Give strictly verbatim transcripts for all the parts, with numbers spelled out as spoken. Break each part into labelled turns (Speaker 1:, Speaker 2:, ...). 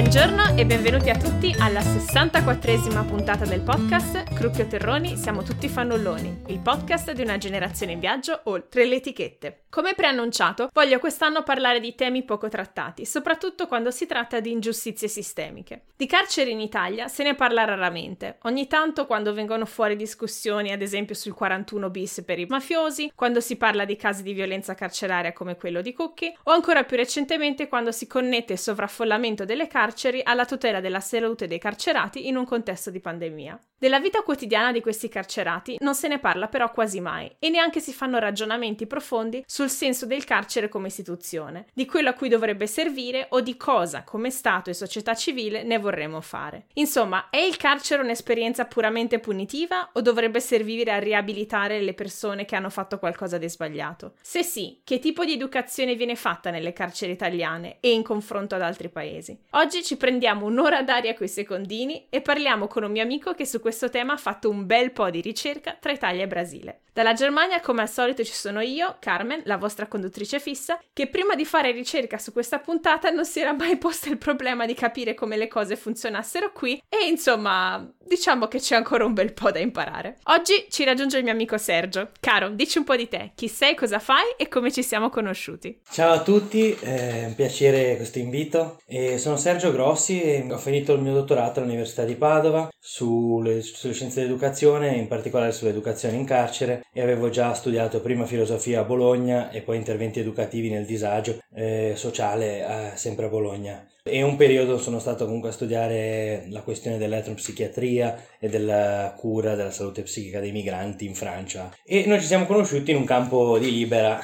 Speaker 1: Buongiorno e benvenuti a tutti alla sessantaquattresima puntata del podcast Crucchio Terroni, siamo tutti fannulloni, il podcast di una generazione in viaggio oltre le etichette. Come preannunciato, voglio quest'anno parlare di temi poco trattati, soprattutto quando si tratta di ingiustizie sistemiche. Di carceri in Italia se ne parla raramente, ogni tanto quando vengono fuori discussioni, ad esempio sul quarantuno bis per i mafiosi, quando si parla di casi di violenza carceraria come quello di Cucchi, o ancora più recentemente quando si connette il sovraffollamento delle carceri alla tutela della salute dei carcerati in un contesto di pandemia. Della vita quotidiana di questi carcerati non se ne parla però quasi mai e neanche si fanno ragionamenti profondi sul senso del carcere come istituzione, di quello a cui dovrebbe servire o di cosa, come Stato e società civile, ne vorremmo fare. Insomma, è il carcere un'esperienza puramente punitiva o dovrebbe servire a riabilitare le persone che hanno fatto qualcosa di sbagliato? Se sì, che tipo di educazione viene fatta nelle carceri italiane e in confronto ad altri paesi? Oggi ci prendiamo un'ora d'aria coi secondini e parliamo con un mio amico che su questo tema ha fatto un bel po' di ricerca tra Italia e Brasile. Dalla Germania, come al solito, ci sono io, Carmen, la vostra conduttrice fissa, che prima di fare ricerca su questa puntata non si era mai posta il problema di capire come le cose funzionassero qui e insomma, diciamo che c'è ancora un bel po' da imparare. Oggi ci raggiunge il mio amico Sergio. Caro, dici un po' di te, chi sei, cosa fai e come ci siamo conosciuti.
Speaker 2: Ciao a tutti, è un piacere questo invito. E sono Sergio Grossi e ho finito il mio dottorato all'Università di Padova sulle, sulle scienze dell'educazione, in particolare sull'educazione in carcere, e avevo già studiato prima filosofia a Bologna e poi interventi educativi nel disagio eh, sociale eh, sempre a Bologna. E un periodo sono stato comunque a studiare la questione dell'etnopsichiatria e della cura della salute psichica dei migranti in Francia. E noi ci siamo conosciuti in un campo di Libera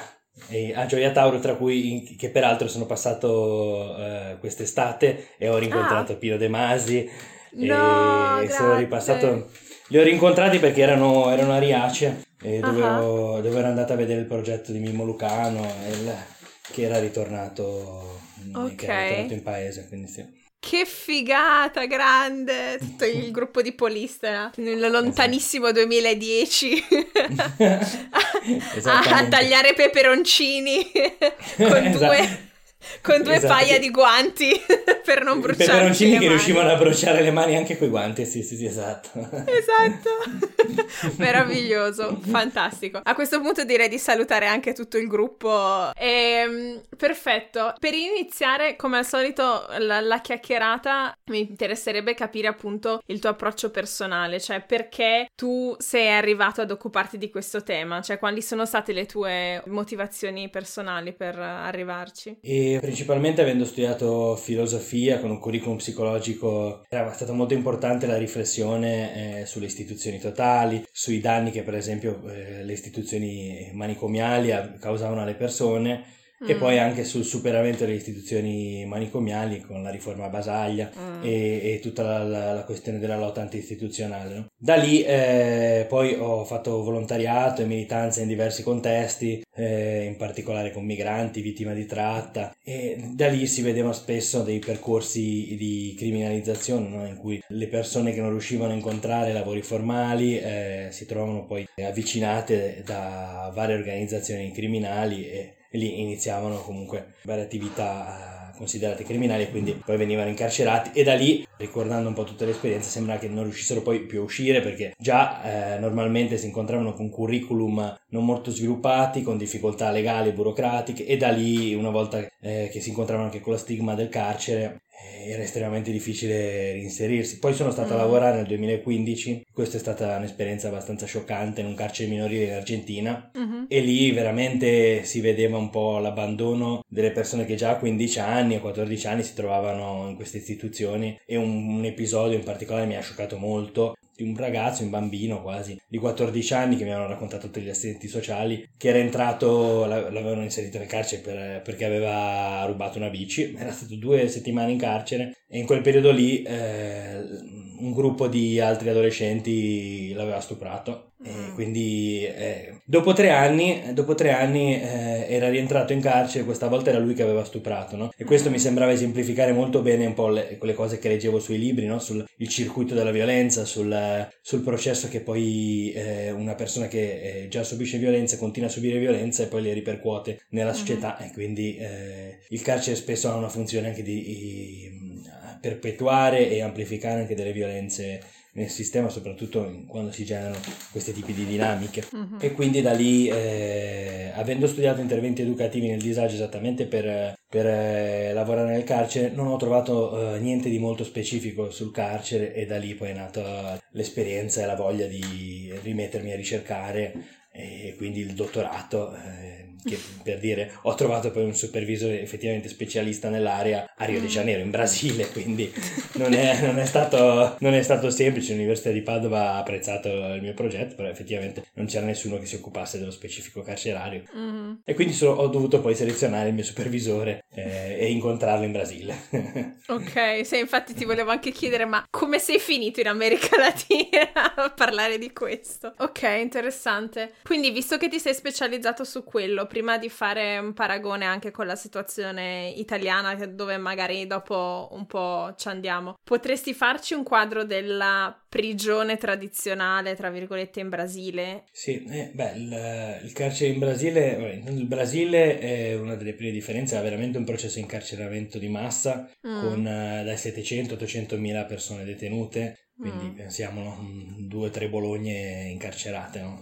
Speaker 2: a Gioia Tauro, tra cui che peraltro sono passato eh, quest'estate e ho rincontrato ah. Pino De Masi
Speaker 1: no,
Speaker 2: e sono ripassato, li ho rincontrati perché erano, erano a Riace e dove, uh-huh. ho, dove ero andato a vedere il progetto di Mimmo Lucano il, che era ritornato,
Speaker 1: okay.
Speaker 2: che era ritornato in paese, quindi sì.
Speaker 1: Che figata, grande! Tutto il gruppo di Polistena nel lontanissimo esatto. duemiladieci a, a tagliare peperoncini con
Speaker 2: esatto.
Speaker 1: due con due esatto. paia di guanti per non bruciare.
Speaker 2: Peperoncini che
Speaker 1: mani.
Speaker 2: riuscivano a bruciare le mani anche coi guanti, sì sì sì, esatto.
Speaker 1: Esatto. Meraviglioso, fantastico. A questo punto direi di salutare anche tutto il gruppo. E, perfetto. Per iniziare, come al solito, la, la chiacchierata, mi interesserebbe capire appunto il tuo approccio personale, cioè perché tu sei arrivato ad occuparti di questo tema, cioè quali sono state le tue motivazioni personali per arrivarci?
Speaker 2: E principalmente avendo studiato filosofia con un curriculum psicologico era stata molto importante la riflessione eh, sulle istituzioni totali, sui danni che per esempio eh, le istituzioni manicomiali causavano alle persone mm. e poi anche sul superamento delle istituzioni manicomiali con la riforma Basaglia mm. e, e tutta la, la, la questione della lotta anti-istituzionale, no? Da lì eh, poi ho fatto volontariato e militanza in diversi contesti, eh, in particolare con migranti, vittime di tratta, e da lì si vedevano spesso dei percorsi di criminalizzazione, no? In cui le persone che non riuscivano a incontrare lavori formali eh, si trovavano poi avvicinate da varie organizzazioni criminali e lì iniziavano comunque varie attività considerate criminali e quindi poi venivano incarcerati, e da lì, ricordando un po' tutte le esperienze, sembra che non riuscissero poi più a uscire perché già eh, normalmente si incontravano con curriculum non molto sviluppati, con difficoltà legali e burocratiche, e da lì, una volta eh, che si incontravano anche con lo stigma del carcere, era estremamente difficile reinserirsi. Poi sono stato mm. a lavorare nel duemilaquindici, questa è stata un'esperienza abbastanza scioccante in un carcere minorile in Argentina mm-hmm. e lì veramente si vedeva un po' l'abbandono delle persone che già a quindici anni o quattordici anni si trovavano in queste istituzioni, e un, un episodio in particolare mi ha scioccato molto, di un ragazzo, un bambino quasi di quattordici anni, che mi hanno raccontato tutti gli assistenti sociali, che era entrato, l'avevano inserito nel carcere per, perché aveva rubato una bici, era stato due settimane in carcere e in quel periodo lì eh, un gruppo di altri adolescenti l'aveva stuprato. E quindi eh, dopo tre anni dopo tre anni eh, era rientrato in carcere, questa volta era lui che aveva stuprato, no? E questo mi sembrava esemplificare molto bene un po' le, quelle cose che leggevo sui libri, no? Sul il circuito della violenza, sul, sul processo che poi eh, una persona che eh, già subisce violenza continua a subire violenza e poi le ripercuote nella società, uh-huh. e quindi eh, il carcere spesso ha una funzione anche di, di perpetuare e amplificare anche delle violenze nel sistema, soprattutto quando si generano questi tipi di dinamiche. Uh-huh. E quindi da lì, eh, avendo studiato interventi educativi nel disagio esattamente per, per eh, lavorare nel carcere, non ho trovato eh, niente di molto specifico sul carcere, e da lì poi è nata l'esperienza e la voglia di rimettermi a ricercare, e quindi il dottorato, eh, che per dire ho trovato poi un supervisore effettivamente specialista nell'area a Rio de Janeiro, in Brasile, quindi non è, non è stato non è stato semplice. L'Università di Padova ha apprezzato il mio progetto, però effettivamente non c'era nessuno che si occupasse dello specifico carcerario, mm. e quindi so, ho dovuto poi selezionare il mio supervisore eh, e incontrarlo in Brasile.
Speaker 1: Ok, sì, infatti ti volevo anche chiedere, ma come sei finito in America Latina a parlare di questo? Ok, interessante. Quindi, visto che ti sei specializzato su quello, prima di fare un paragone anche con la situazione italiana, dove magari dopo un po' ci andiamo, potresti farci un quadro della prigione tradizionale, tra virgolette, in Brasile?
Speaker 2: Sì, eh, beh, il, il carcere in Brasile, il Brasile è una delle prime differenze, ha veramente un processo di incarceramento di massa, mm. con eh, dai settecento ottocentomila persone detenute. Quindi mm. pensiamo, no? due o tre Bologne incarcerate, no?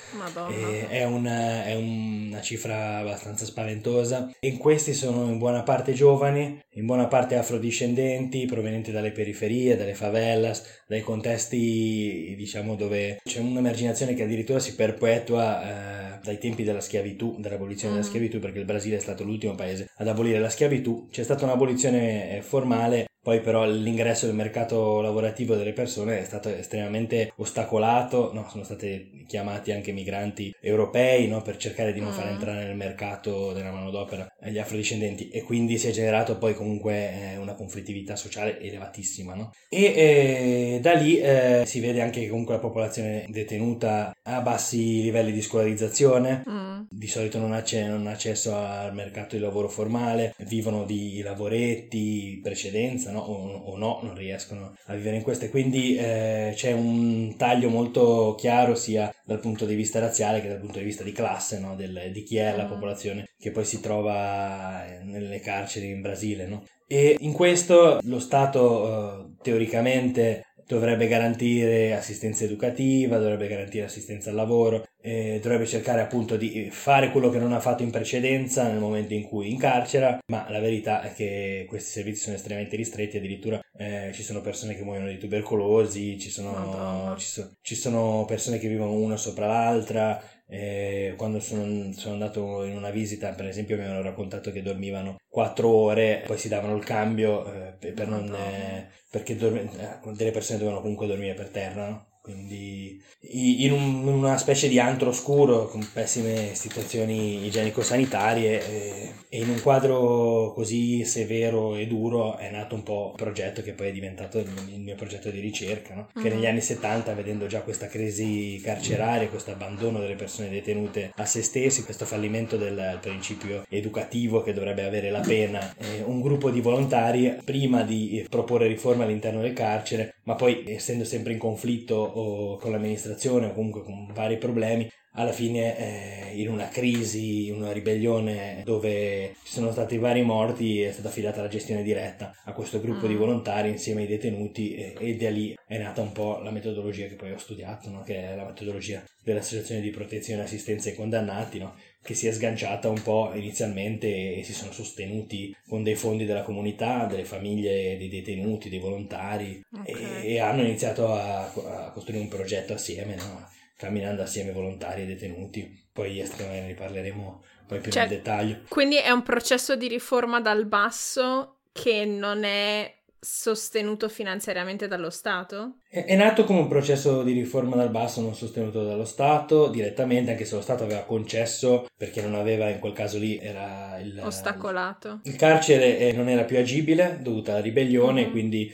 Speaker 2: Eh, è, una, è una cifra abbastanza spaventosa, e in questi sono in buona parte giovani, in buona parte afrodiscendenti, provenienti dalle periferie, dalle favelas, dai contesti, diciamo, dove c'è un'emarginazione che addirittura si perpetua eh, dai tempi della schiavitù, dell'abolizione mm. della schiavitù, perché il Brasile è stato l'ultimo paese ad abolire la schiavitù. C'è stata un'abolizione formale, poi però l'ingresso del mercato lavorativo delle persone è stato estremamente ostacolato, no? Sono stati chiamati anche migranti europei, no? Per cercare di non far entrare nel mercato della manodopera gli afrodiscendenti, e quindi si è generato poi comunque eh, una conflittività sociale elevatissima, no? E eh, da lì eh, si vede anche che comunque la popolazione detenuta ha bassi livelli di scolarizzazione, mm. di solito non ha, non ha accesso al mercato di lavoro formale, vivono di lavoretti in precedenza, no? O, o no, non riescono a vivere in queste, quindi eh, c'è un taglio molto chiaro sia dal punto di vista razziale che dal punto di vista di classe, no? Del, di chi è la popolazione che poi si trova nelle carceri in Brasile, no? E in questo lo Stato eh, teoricamente dovrebbe garantire assistenza educativa, dovrebbe garantire assistenza al lavoro, eh, dovrebbe cercare appunto di fare quello che non ha fatto in precedenza nel momento in cui incarcera, ma la verità è che questi servizi sono estremamente ristretti, addirittura eh, ci sono persone che muoiono di tubercolosi, ci sono, ci, so, ci sono persone che vivono una sopra l'altra. Eh, quando sono, sono andato in una visita, per esempio, mi hanno raccontato che dormivano quattro ore, poi si davano il cambio eh, per non, eh, perché dorm- eh, delle persone dovevano comunque dormire per terra, no? Quindi in, un, in una specie di antro oscuro con pessime situazioni igienico-sanitarie, e, e in un quadro così severo e duro è nato un po' il progetto che poi è diventato il, il mio progetto di ricerca, no? Mm-hmm. Che negli anni settanta, vedendo già questa crisi carceraria, questo abbandono delle persone detenute a se stessi, questo fallimento del principio educativo che dovrebbe avere la pena, eh, un gruppo di volontari, prima di proporre riforme all'interno del carcere, ma poi essendo sempre in conflitto o con l'amministrazione o comunque con vari problemi, alla fine eh, in una crisi, in una ribellione dove ci sono stati vari morti, è stata affidata la gestione diretta a questo gruppo mm. di volontari insieme ai detenuti, e, e da lì è nata un po' la metodologia che poi ho studiato, no? Che è la metodologia dell'Associazione di Protezione e Assistenza ai Condannati, no? Che si è sganciata un po' inizialmente e si sono sostenuti con dei fondi della comunità, delle famiglie dei detenuti, dei volontari, okay. e, e hanno iniziato a, a costruire un progetto assieme, no? Camminando assieme volontari e detenuti. Poi ne riparleremo poi più cioè, nel dettaglio.
Speaker 1: Quindi è un processo di riforma dal basso che non è sostenuto finanziariamente dallo Stato?
Speaker 2: È, è nato come un processo di riforma dal basso, non sostenuto dallo Stato direttamente, anche se lo Stato aveva concesso, perché non aveva, in quel caso lì era il
Speaker 1: ostacolato.
Speaker 2: Il, il carcere non era più agibile dovuta alla ribellione, mm-hmm. quindi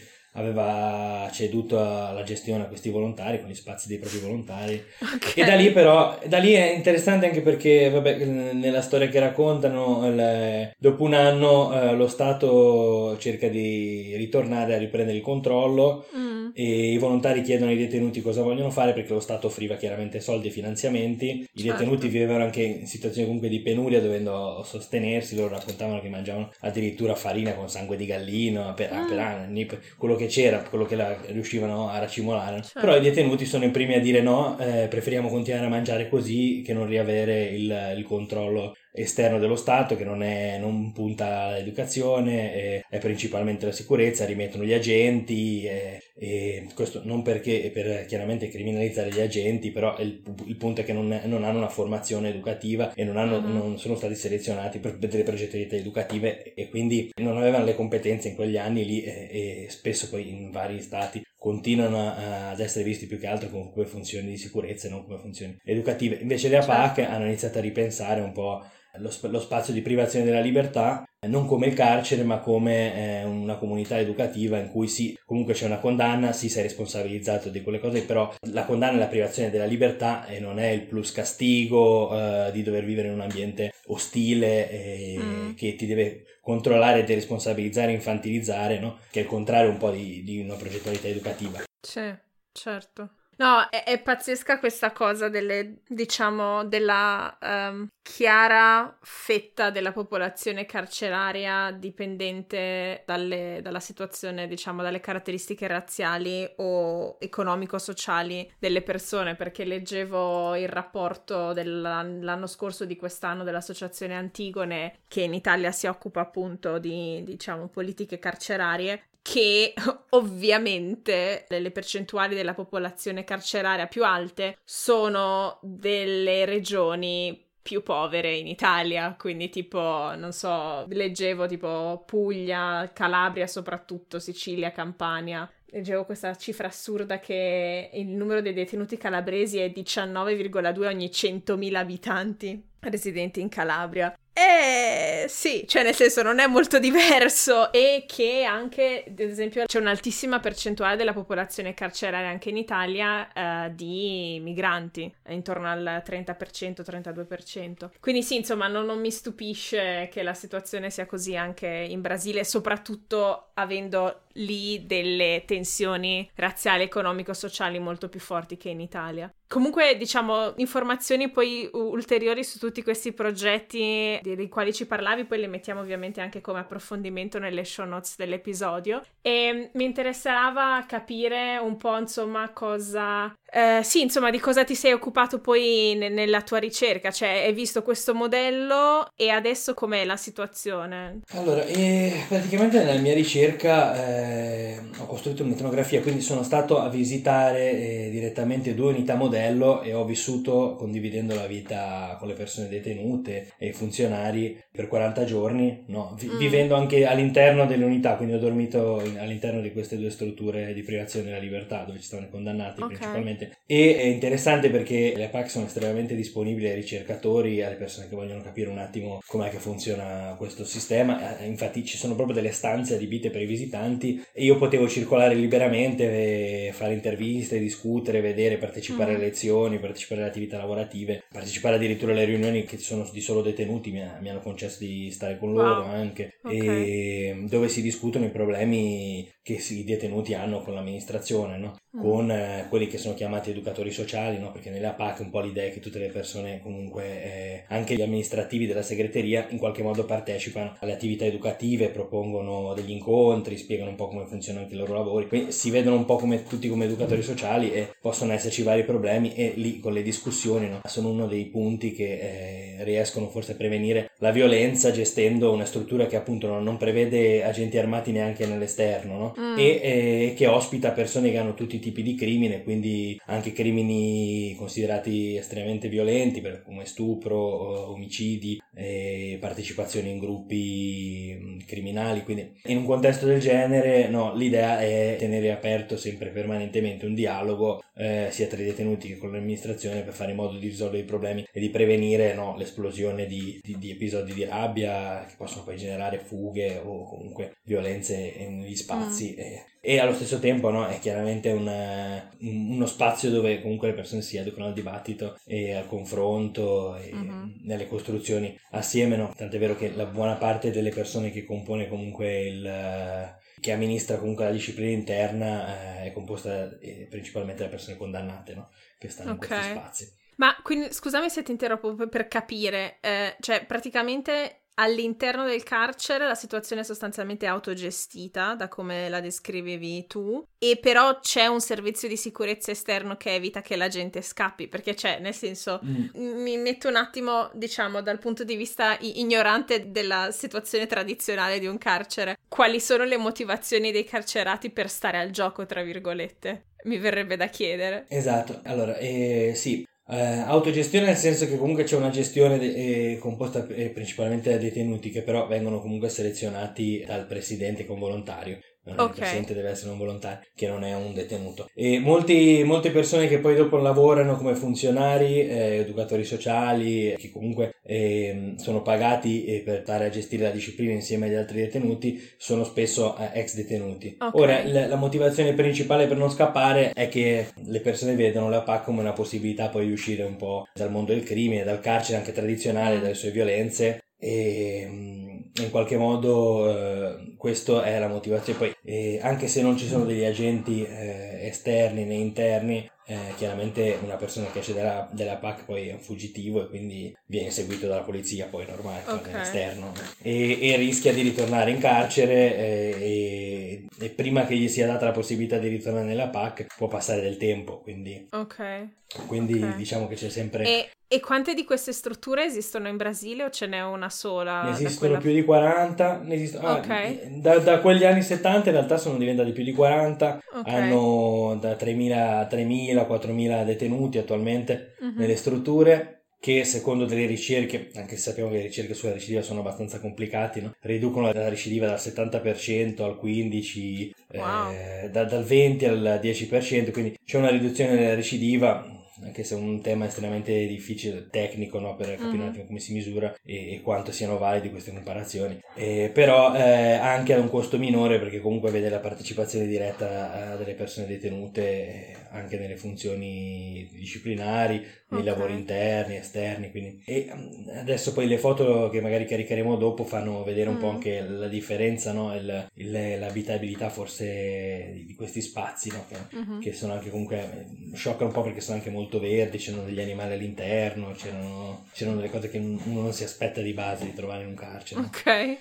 Speaker 2: aveva ceduto la gestione a questi volontari con gli spazi dei propri volontari, okay. E da lì però da lì è interessante anche perché vabbè, nella storia che raccontano il, dopo un anno eh, lo Stato cerca di ritornare a riprendere il controllo, mm.
Speaker 1: mm.
Speaker 2: e i volontari chiedono ai detenuti cosa vogliono fare, perché lo Stato offriva chiaramente soldi e finanziamenti. I
Speaker 1: certo.
Speaker 2: detenuti vivevano anche in situazioni comunque di penuria, dovendo sostenersi. Loro raccontavano che mangiavano addirittura farina con sangue di gallino per,
Speaker 1: mm.
Speaker 2: per anni, quello che c'era, quello che la, riuscivano a racimolare.
Speaker 1: Certo.
Speaker 2: Però i detenuti sono i primi a dire no, eh, preferiamo continuare a mangiare così che non riavere il, il controllo esterno dello Stato, che non, è, non punta all'educazione, è, è principalmente la sicurezza, rimettono gli agenti, e, e questo non perché per chiaramente criminalizzare gli agenti, però il, il punto è che non, non hanno una formazione educativa e non, hanno, uh-huh. non sono stati selezionati per delle progettualità educative, e quindi non avevano le competenze in quegli anni lì, e, e spesso poi in vari stati continuano a, ad essere visti più che altro come funzioni di sicurezza e non come funzioni educative. Invece le A P A C certo. hanno iniziato a ripensare un po' Lo, sp- lo spazio di privazione della libertà, eh, non come il carcere, ma come eh, una comunità educativa in cui sì, comunque c'è una condanna, sì, sei responsabilizzato di quelle cose, però la condanna è la privazione della libertà e non è il plus castigo eh, di dover vivere in un ambiente ostile eh, mm. che ti deve controllare, deresponsabilizzare, infantilizzare, no? Che è il contrario un po' di, di una progettualità educativa.
Speaker 1: Sì, certo. No, è, è pazzesca questa cosa delle, diciamo, della um, chiara fetta della popolazione carceraria dipendente dalle, dalla situazione, diciamo, dalle caratteristiche razziali o economico-sociali delle persone, perché leggevo il rapporto dell'anno scorso, di quest'anno, dell'associazione Antigone, che in Italia si occupa appunto di, diciamo, politiche carcerarie, che ovviamente le percentuali della popolazione carceraria più alte sono delle regioni più povere in Italia, quindi tipo, non so, leggevo tipo Puglia, Calabria soprattutto, Sicilia, Campania. Leggevo questa cifra assurda che il numero dei detenuti calabresi è diciannove virgola due ogni centomila abitanti residenti in Calabria. Eh sì, cioè nel senso non è molto diverso, e che anche, ad esempio, c'è un'altissima percentuale della popolazione carceraria anche in Italia eh, di migranti, intorno al trenta per cento, trentadue per cento. Quindi sì, insomma, non, non mi stupisce che la situazione sia così anche in Brasile, soprattutto avendo lì delle tensioni razziali, economico-sociali molto più forti che in Italia. Comunque, diciamo, informazioni poi ulteriori su tutti questi progetti dei quali ci parlavi, poi le mettiamo ovviamente anche come approfondimento nelle show notes dell'episodio, e mi interessava capire un po', insomma, cosa... Eh, sì, insomma, di cosa ti sei occupato poi ne- nella tua ricerca, cioè hai visto questo modello e adesso com'è la situazione?
Speaker 2: Allora, eh, praticamente nella mia ricerca eh, ho costruito un'etnografia, quindi sono stato a visitare eh, direttamente due unità modello e ho vissuto condividendo la vita con le persone detenute e i funzionari per quaranta giorni, no? Vi- mm. vivendo anche all'interno delle unità, quindi ho dormito in, all'interno di queste due strutture di privazione della libertà dove ci stavano i condannati, okay. principalmente. E è interessante perché le A P A C sono estremamente disponibili ai ricercatori, alle persone che vogliono capire un attimo com'è che funziona questo sistema. Infatti ci sono proprio delle stanze adibite per i visitanti e io potevo circolare liberamente, fare interviste, discutere, vedere, partecipare mm. alle lezioni, partecipare alle attività lavorative, partecipare addirittura alle riunioni che sono di solo detenuti, mi, mi hanno concesso di stare con loro wow. anche, okay. e dove si discutono i problemi che i detenuti hanno con l'amministrazione, no? mm. con eh, quelli che sono chiamati educatori sociali, no? Perché nelle A P A C un po' l'idea è che tutte le persone, comunque eh, anche gli amministrativi della segreteria, in qualche modo partecipano alle attività educative, propongono degli incontri, spiegano un po' come funzionano anche i loro lavori, quindi si vedono un po' come tutti come educatori sociali e possono esserci vari problemi, e lì con le discussioni, no? sono uno dei punti che eh, riescono forse a prevenire la violenza, gestendo una struttura che appunto non, non prevede agenti armati neanche nell'esterno, no? mm. e eh, che ospita persone che hanno tutti i tipi di crimine, quindi anche crimini considerati estremamente violenti come stupro, omicidi, e partecipazione in gruppi criminali. Quindi in un contesto del genere, no, l'idea è tenere aperto sempre permanentemente un dialogo eh, sia tra i detenuti che con l'amministrazione, per fare in modo di risolvere i problemi e di prevenire, no, l'esplosione di, di, di episodi di rabbia che possono poi generare fughe o comunque violenze negli spazi. mm. e, e allo stesso tempo, no, è chiaramente un, un, uno spazio dove comunque le persone si educano al dibattito e al confronto e mm-hmm. nelle costruzioni assieme, no? Tant'è vero che la buona parte delle persone che compone comunque il che amministra comunque la disciplina interna eh, è composta eh, principalmente da persone condannate, no? Che stanno okay. in questi spazi.
Speaker 1: Ma quindi scusami se ti interrompo per capire, eh, cioè praticamente all'interno del carcere la situazione è sostanzialmente autogestita, da come la descrivevi tu, e però c'è un servizio di sicurezza esterno che evita che la gente scappi, perché c'è, nel senso, mm. mi metto un attimo, diciamo, dal punto di vista ignorante della situazione tradizionale di un carcere, quali sono le motivazioni dei carcerati per stare al gioco, tra virgolette? Mi verrebbe da chiedere.
Speaker 2: Esatto, allora, eh, sì. Uh, autogestione nel senso che comunque c'è una gestione de- eh, composta eh, principalmente da detenuti che però vengono comunque selezionati dal presidente con volontario. Okay. Il presidente deve essere un volontario che non è un detenuto e molti, molte persone che poi dopo lavorano come funzionari, eh, educatori sociali che comunque eh, sono pagati eh, per stare a gestire la disciplina insieme agli altri detenuti sono spesso eh, ex detenuti. Okay. Ora la, la motivazione principale per non scappare è che le persone vedono la P A C come una possibilità poi di uscire un po' dal mondo del crimine, dal carcere anche tradizionale, dalle sue violenze e in qualche modo eh, questa è la motivazione. Poi eh, anche se non ci sono degli agenti eh, esterni né interni, eh, chiaramente una persona che esce dalla, dalla P A C poi è un fuggitivo e quindi viene seguito dalla polizia, poi è normale, okay. esterno e, e rischia di ritornare in carcere eh, e, e prima che gli sia data la possibilità di ritornare nella P A C può passare del tempo, quindi
Speaker 1: ok
Speaker 2: quindi
Speaker 1: okay.
Speaker 2: diciamo che c'è sempre.
Speaker 1: E, e quante di queste strutture esistono in Brasile o ce n'è una sola?
Speaker 2: Ne esistono più di quaranta, ne esistono, ah,
Speaker 1: okay.
Speaker 2: da, da quegli anni settanta in realtà sono diventati più di quaranta,
Speaker 1: okay.
Speaker 2: hanno da tremila, quattromila detenuti attualmente uh-huh. nelle strutture che secondo delle ricerche, anche se sappiamo che le ricerche sulla recidiva sono abbastanza complicate, no? riducono la recidiva dal settanta per cento al quindici per cento, wow. eh, da, dal venti al dieci per cento, quindi c'è una riduzione della recidiva, anche se è un tema estremamente difficile, tecnico, no? per capire mm-hmm. un attimo come si misura e, e quanto siano validi queste comparazioni, e, però eh, anche ad un costo minore perché comunque vede la partecipazione diretta delle persone detenute anche nelle funzioni disciplinari, nei okay. lavori interni, esterni, quindi. E adesso poi le foto che magari caricheremo dopo fanno vedere un mm. po' anche la differenza, no? il, il, l'abitabilità forse di questi spazi, no? che, mm-hmm. che sono anche comunque scioccano un po' perché sono anche molto verdi, c'erano degli animali all'interno, c'erano, c'erano delle cose che uno non si aspetta di base di trovare in un carcere.
Speaker 1: Ok.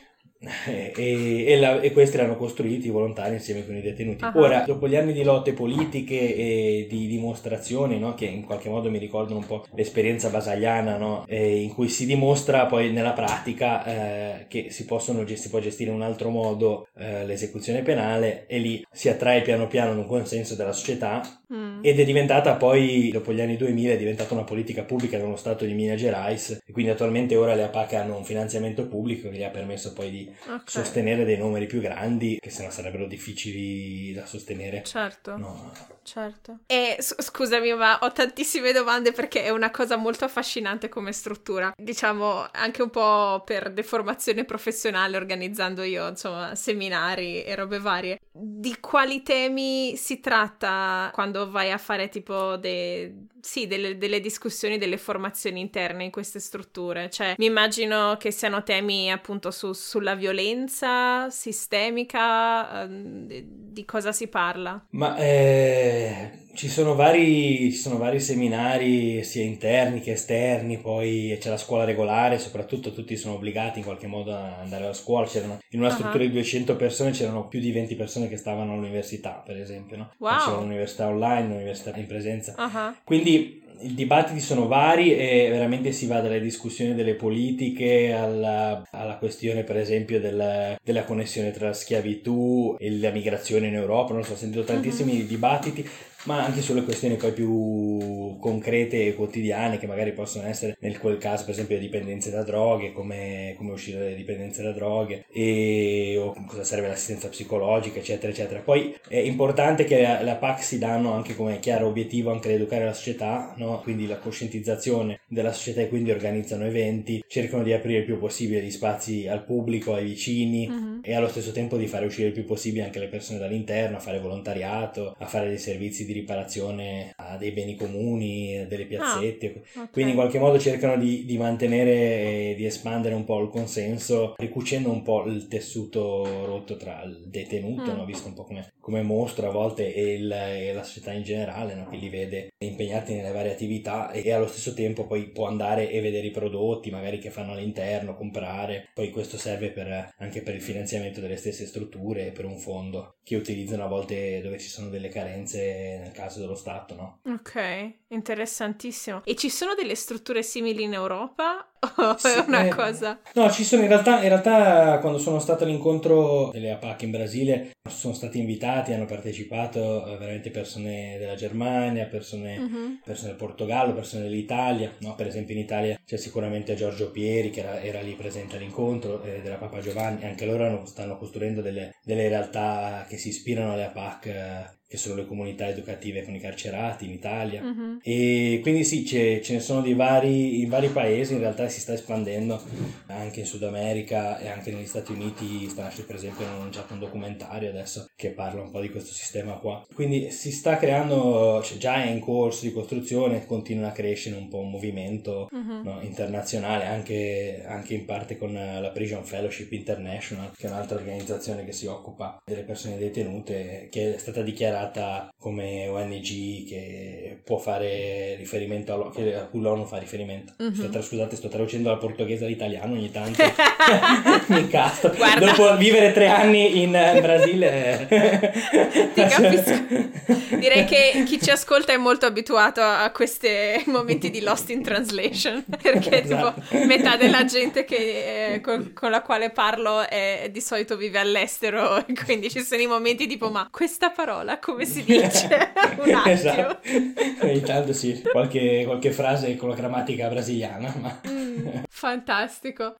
Speaker 2: E, e, la, e questi l'hanno costruiti i volontari insieme con i detenuti. Uh-huh. Ora, dopo gli anni di lotte politiche e di dimostrazioni, no, che in qualche modo mi ricordano un po' l'esperienza basagliana, no, e in cui si dimostra poi nella pratica eh, che si possono si può gestire in un altro modo eh, l'esecuzione penale, e lì si attrae piano piano un consenso della società mm. ed è diventata poi, dopo gli anni duemila, è diventata una politica pubblica nello stato di Minas Gerais, e quindi attualmente ora le A P A C hanno un finanziamento pubblico che gli ha permesso poi di okay. sostenere dei numeri più grandi che sennò sarebbero difficili da sostenere.
Speaker 1: Certo,
Speaker 2: no.
Speaker 1: certo. E scusami, ma ho tantissime domande perché è una cosa molto affascinante come struttura. Diciamo anche un po' per deformazione professionale, organizzando io, insomma, seminari e robe varie. Di quali temi si tratta quando vai a fare tipo de... sì, delle, delle discussioni, delle formazioni interne in queste strutture? Cioè, mi immagino che siano temi appunto su, sulla violenza sistemica, di, di cosa si parla?
Speaker 2: Ma eh, ci sono vari ci sono vari seminari sia interni che esterni, poi c'è la scuola regolare, soprattutto tutti sono obbligati in qualche modo ad andare alla scuola. C'erano in una struttura uh-huh. di duecento persone, c'erano più di venti persone che stavano all'università, per esempio, no?
Speaker 1: Wow.
Speaker 2: C'era un'università online, un'università in presenza,
Speaker 1: uh-huh.
Speaker 2: quindi i dibattiti sono vari e veramente si va dalle discussioni delle politiche alla, alla questione, per esempio, del, della connessione tra la schiavitù e la migrazione in Europa. Non so, ho sentito tantissimi uh-huh. dibattiti, ma anche sulle questioni poi più concrete e quotidiane che magari possono essere, nel quel caso per esempio le dipendenze da droghe, come, come uscire dalle dipendenze da droghe e o cosa serve l'assistenza psicologica, eccetera eccetera. Poi è importante che la, la P A C si danno anche come chiaro obiettivo anche l'educare la società, no? Quindi la coscientizzazione della società, e quindi organizzano eventi, cercano di aprire il più possibile gli spazi al pubblico, ai vicini, mm-hmm. e allo stesso tempo di fare uscire il più possibile anche le persone dall'interno, a fare volontariato, a fare dei servizi di riparazione a dei beni comuni, delle piazzette, ah, okay. Quindi in qualche modo cercano di, di mantenere e di espandere un po' il consenso, ricucendo un po' il tessuto rotto tra il detenuto, mm. no? Visto un po' come, come mostro a volte, e, il, e la società in generale, no? Che li vede impegnati nelle varie attività, e, e allo stesso tempo poi può andare e vedere i prodotti magari che fanno all'interno, comprare. Poi questo serve per, anche per il finanziamento delle stesse strutture e per un fondo che utilizzano a volte dove ci sono delle carenze nel caso dello Stato, no?
Speaker 1: Ok, interessantissimo. E ci sono delle strutture simili in Europa? O sì, è una eh, cosa?
Speaker 2: No, ci sono in realtà, in realtà quando sono stato all'incontro delle A P A C in Brasile sono stati invitati, hanno partecipato eh, veramente persone della Germania, persone, uh-huh. persone del Portogallo, persone dell'Italia, no? Per esempio in Italia c'è sicuramente Giorgio Pieri che era, era lì presente all'incontro, eh, della Papa Giovanni, anche loro hanno, stanno costruendo delle, delle realtà che si ispirano alle A P A C, eh, che sono le comunità educative con i carcerati in Italia, uh-huh. e quindi sì, c'è, ce ne sono di vari, in vari paesi, in realtà si sta espandendo anche in Sud America e anche negli Stati Uniti. Sta nascendo per esempio annunciato un documentario adesso che parla un po' di questo sistema qua, quindi si sta creando, cioè già è in corso di costruzione, continua a crescere un po' un movimento, uh-huh. no, internazionale, anche, anche in parte con la Prison Fellowship International, che è un'altra organizzazione che si occupa delle persone detenute, che è stata dichiarata come O N G che può fare riferimento a, che a cui l'ONU fa riferimento. Uh-huh. sto tra, scusate sto traducendo dal portoghese all'italiano ogni tanto. Mi incastro.
Speaker 1: Guarda.
Speaker 2: Dopo vivere tre anni in Brasile
Speaker 1: ti capisco. Direi che chi ci ascolta è molto abituato a questi momenti di Lost in Translation, perché esatto. tipo metà della gente che, eh, con, con la quale parlo è, di solito vive all'estero, e quindi ci sono i momenti tipo ma questa parola come si dice? Un attimo.
Speaker 2: Esatto. Ogni tanto sì, qualche, qualche frase con la grammatica brasiliana, ma...
Speaker 1: mm, fantastico.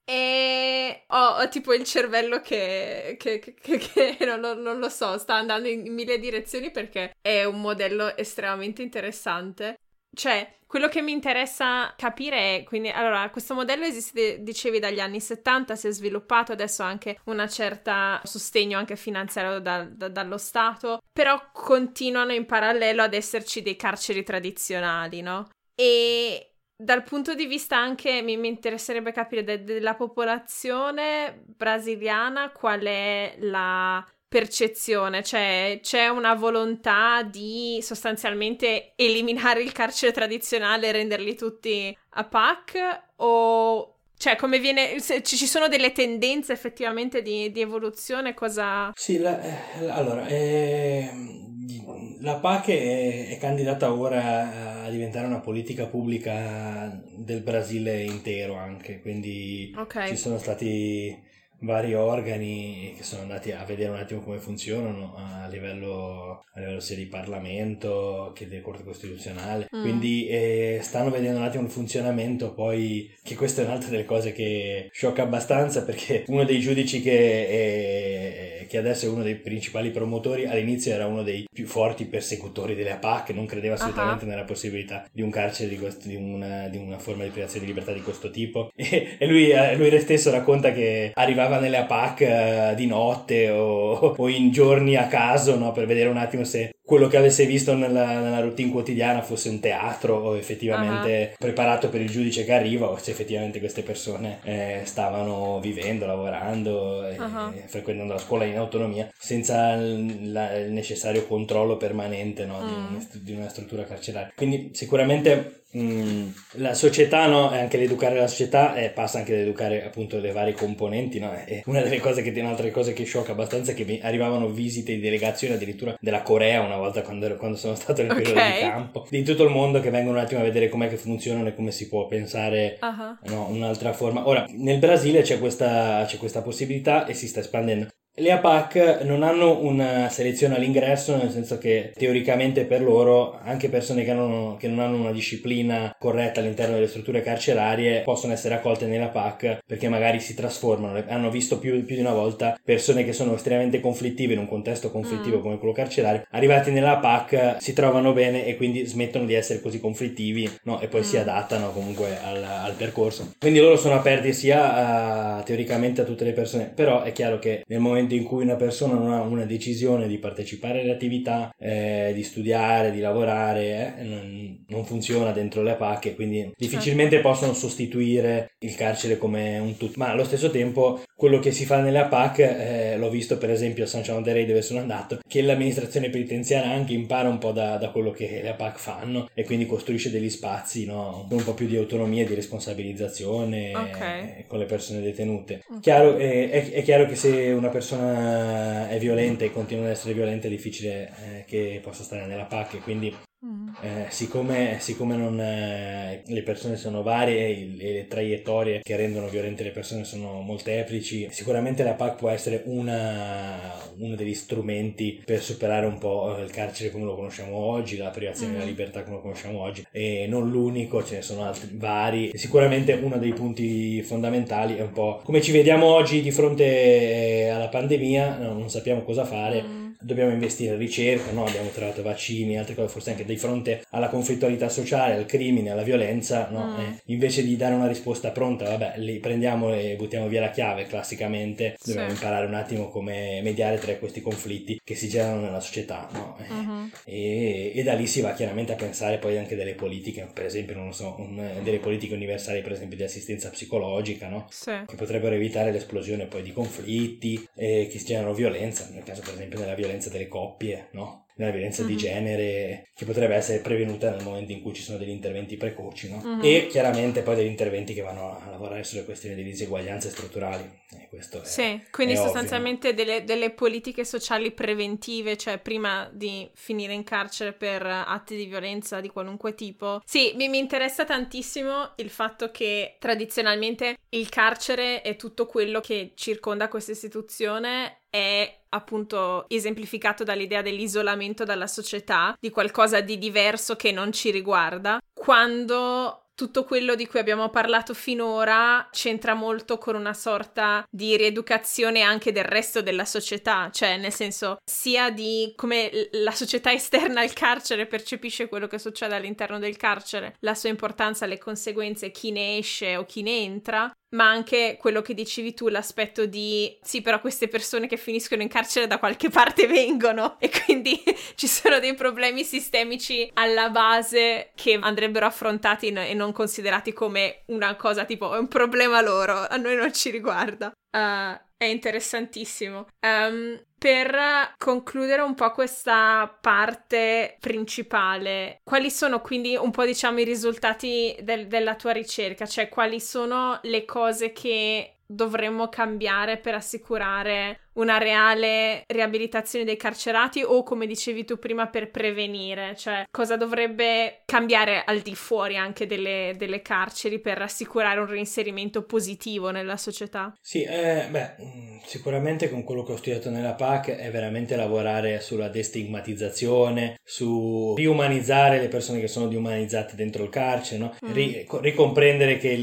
Speaker 1: E ho, ho tipo il cervello che, che, che, che non, lo, non lo so, sta andando in mille direzioni, perché è un modello estremamente interessante. Cioè, quello che mi interessa capire è, quindi, allora, questo modello esiste, dicevi, dagli anni settanta, si è sviluppato, adesso ha anche una certa sostegno anche finanziario da, da, dallo Stato, però continuano in parallelo ad esserci dei carceri tradizionali, no? E dal punto di vista anche, mi, mi interesserebbe capire de, della popolazione brasiliana qual è la... percezione, cioè c'è una volontà di sostanzialmente eliminare il carcere tradizionale e renderli tutti a P A C, o cioè come viene, se ci sono delle tendenze effettivamente di, di evoluzione, cosa...
Speaker 2: Sì, la, allora eh, la P A C è, è candidata ora a diventare una politica pubblica del Brasile intero anche, quindi okay. Ci sono stati vari organi che sono andati a vedere un attimo come funzionano a livello, a livello sia di Parlamento che di Corte Costituzionale, mm. quindi eh, stanno vedendo un attimo il funzionamento. Poi, che questa è un'altra delle cose che sciocca abbastanza, perché uno dei giudici che, è, che adesso è uno dei principali promotori, all'inizio era uno dei più forti persecutori delle A P A C, non credeva assolutamente uh-huh. nella possibilità di un carcere di, questo, di, una, di una forma di privazione di libertà di questo tipo, e, e lui, lui stesso racconta che arrivava nelle A P A C uh, di notte o, o in giorni a caso, no, per vedere un attimo se quello che avesse visto nella, nella routine quotidiana fosse un teatro o effettivamente uh-huh. preparato per il giudice che arriva, o se effettivamente queste persone eh, stavano vivendo, lavorando e, uh-huh. e frequentando la scuola in autonomia senza il, la, il necessario controllo permanente, no, mm. di, una, di una struttura carceraria. Quindi sicuramente Mm, la società, no, e anche l'educare la società eh, passa anche ad educare appunto le varie componenti, no? E una delle cose che un'altra cosa che sciocca abbastanza è che mi arrivavano visite di delegazione addirittura della Corea una volta quando, ero, quando sono stato nel periodo okay. di campo, di tutto il mondo, che vengono un attimo a vedere com'è che funzionano e come si può pensare uh-huh. no, un'altra forma. Ora nel Brasile c'è questa, c'è questa possibilità e si sta espandendo. le A P A C non hanno una selezione all'ingresso, nel senso che teoricamente per loro anche persone che, hanno, che non hanno una disciplina corretta all'interno delle strutture carcerarie possono essere accolte nella P A C perché magari si trasformano. Hanno visto più, più di una volta persone che sono estremamente conflittive in un contesto conflittivo mm. come quello carcerario, arrivati nella P A C si trovano bene e quindi smettono di essere così conflittivi, no? E poi mm. si adattano comunque al, al percorso. Quindi loro sono aperti sia a, teoricamente a tutte le persone, però è chiaro che nel momento in cui una persona non ha una decisione di partecipare alle attività, eh, di studiare, di lavorare, eh, non, non funziona dentro le P A C e quindi difficilmente certo. possono sostituire il carcere come un tutto. Ma allo stesso tempo quello che si fa nelle A P A C, eh, l'ho visto per esempio a San Juan de Rey dove sono andato, che l'amministrazione penitenziaria anche impara un po' da, da quello che le A P A C fanno e quindi costruisce degli spazi, no? Un po' più di autonomia, di responsabilizzazione okay. con le persone detenute. Okay. Chiaro, è, è, è chiaro che se una persona è violenta e continua ad essere violenta è difficile eh, che possa stare nella P A C, quindi Eh, siccome, siccome non, eh, le persone sono varie e le, le traiettorie che rendono violente le persone sono molteplici, sicuramente la P A C può essere una, uno degli strumenti per superare un po' il carcere come lo conosciamo oggi, la privazione mm. della libertà come lo conosciamo oggi, e non l'unico, ce ne sono altri vari. Sicuramente uno dei punti fondamentali è un po' come ci vediamo oggi di fronte alla pandemia, no, non sappiamo cosa fare, mm. dobbiamo investire in ricerca, no? Abbiamo trovato vaccini, altre cose, forse anche di fronte alla conflittualità sociale, al crimine, alla violenza, no? Mm. Eh, invece di dare una risposta pronta, vabbè, li prendiamo e buttiamo via la chiave, classicamente dobbiamo sì. imparare un attimo come mediare tra questi conflitti che si generano nella società, no? Eh, mm-hmm. e, e da lì si va chiaramente a pensare poi anche delle politiche, per esempio, non lo so, un, delle politiche universali, per esempio di assistenza psicologica, no? Sì. Che potrebbero evitare l'esplosione poi di conflitti eh, che si generano violenza, nel caso per esempio della violenza delle coppie, no? Nella violenza mm-hmm. di genere, che potrebbe essere prevenuta nel momento in cui ci sono degli interventi precoci, no? Mm-hmm. E chiaramente poi degli interventi che vanno a lavorare sulle questioni di diseguaglianze strutturali. E questo è,
Speaker 1: sì, quindi
Speaker 2: è
Speaker 1: sostanzialmente
Speaker 2: ovvio, no?
Speaker 1: delle, delle politiche sociali preventive, cioè prima di finire in carcere per atti di violenza di qualunque tipo. Sì, mi, mi interessa tantissimo il fatto che tradizionalmente il carcere e tutto quello che circonda questa istituzione è appunto esemplificato dall'idea dell'isolamento dalla società, di qualcosa di diverso che non ci riguarda, quando tutto quello di cui abbiamo parlato finora c'entra molto con una sorta di rieducazione anche del resto della società, cioè nel senso sia di come la società esterna al carcere percepisce quello che succede all'interno del carcere, la sua importanza, le conseguenze, chi ne esce o chi ne entra, ma anche quello che dicevi tu, l'aspetto di sì, però queste persone che finiscono in carcere da qualche parte vengono e quindi ci sono dei problemi sistemici alla base che andrebbero affrontati e non considerati come una cosa tipo è un problema loro, a noi non ci riguarda. Uh, è interessantissimo. Um, per concludere un po' questa parte principale, quali sono quindi un po' diciamo i risultati del, della tua ricerca? Cioè quali sono le cose che dovremmo cambiare per assicurare una reale riabilitazione dei carcerati o, come dicevi tu prima, per prevenire? Cioè cosa dovrebbe cambiare al di fuori anche delle, delle carceri per assicurare un reinserimento positivo nella società?
Speaker 2: Sì, eh, beh, sicuramente con quello che ho studiato nella P A C è veramente lavorare sulla destigmatizzazione, su riumanizzare le persone che sono deumanizzate dentro il carcere, no? Mm. Ri- ricomprendere che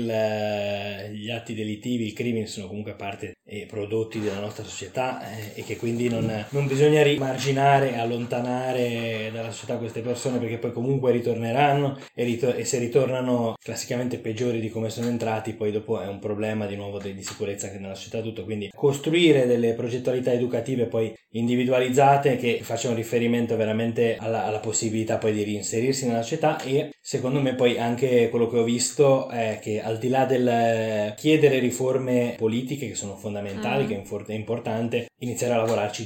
Speaker 2: il, gli atti delittivi, il crimine sono comunque parte e prodotti della nostra società eh, e che quindi non, non bisogna rimarginare e allontanare dalla società queste persone, perché poi comunque ritorneranno e, ritor- e se ritornano classicamente peggiori di come sono entrati, poi dopo è un problema di nuovo di, di sicurezza anche nella società tutto. Quindi costruire delle progettualità educative poi individualizzate che facciano riferimento veramente alla, alla possibilità poi di reinserirsi nella società. E secondo me poi anche quello che ho visto è che al di là del chiedere riforme politiche che sono fondamentali, mm. che è importante iniziare a lavorarci già,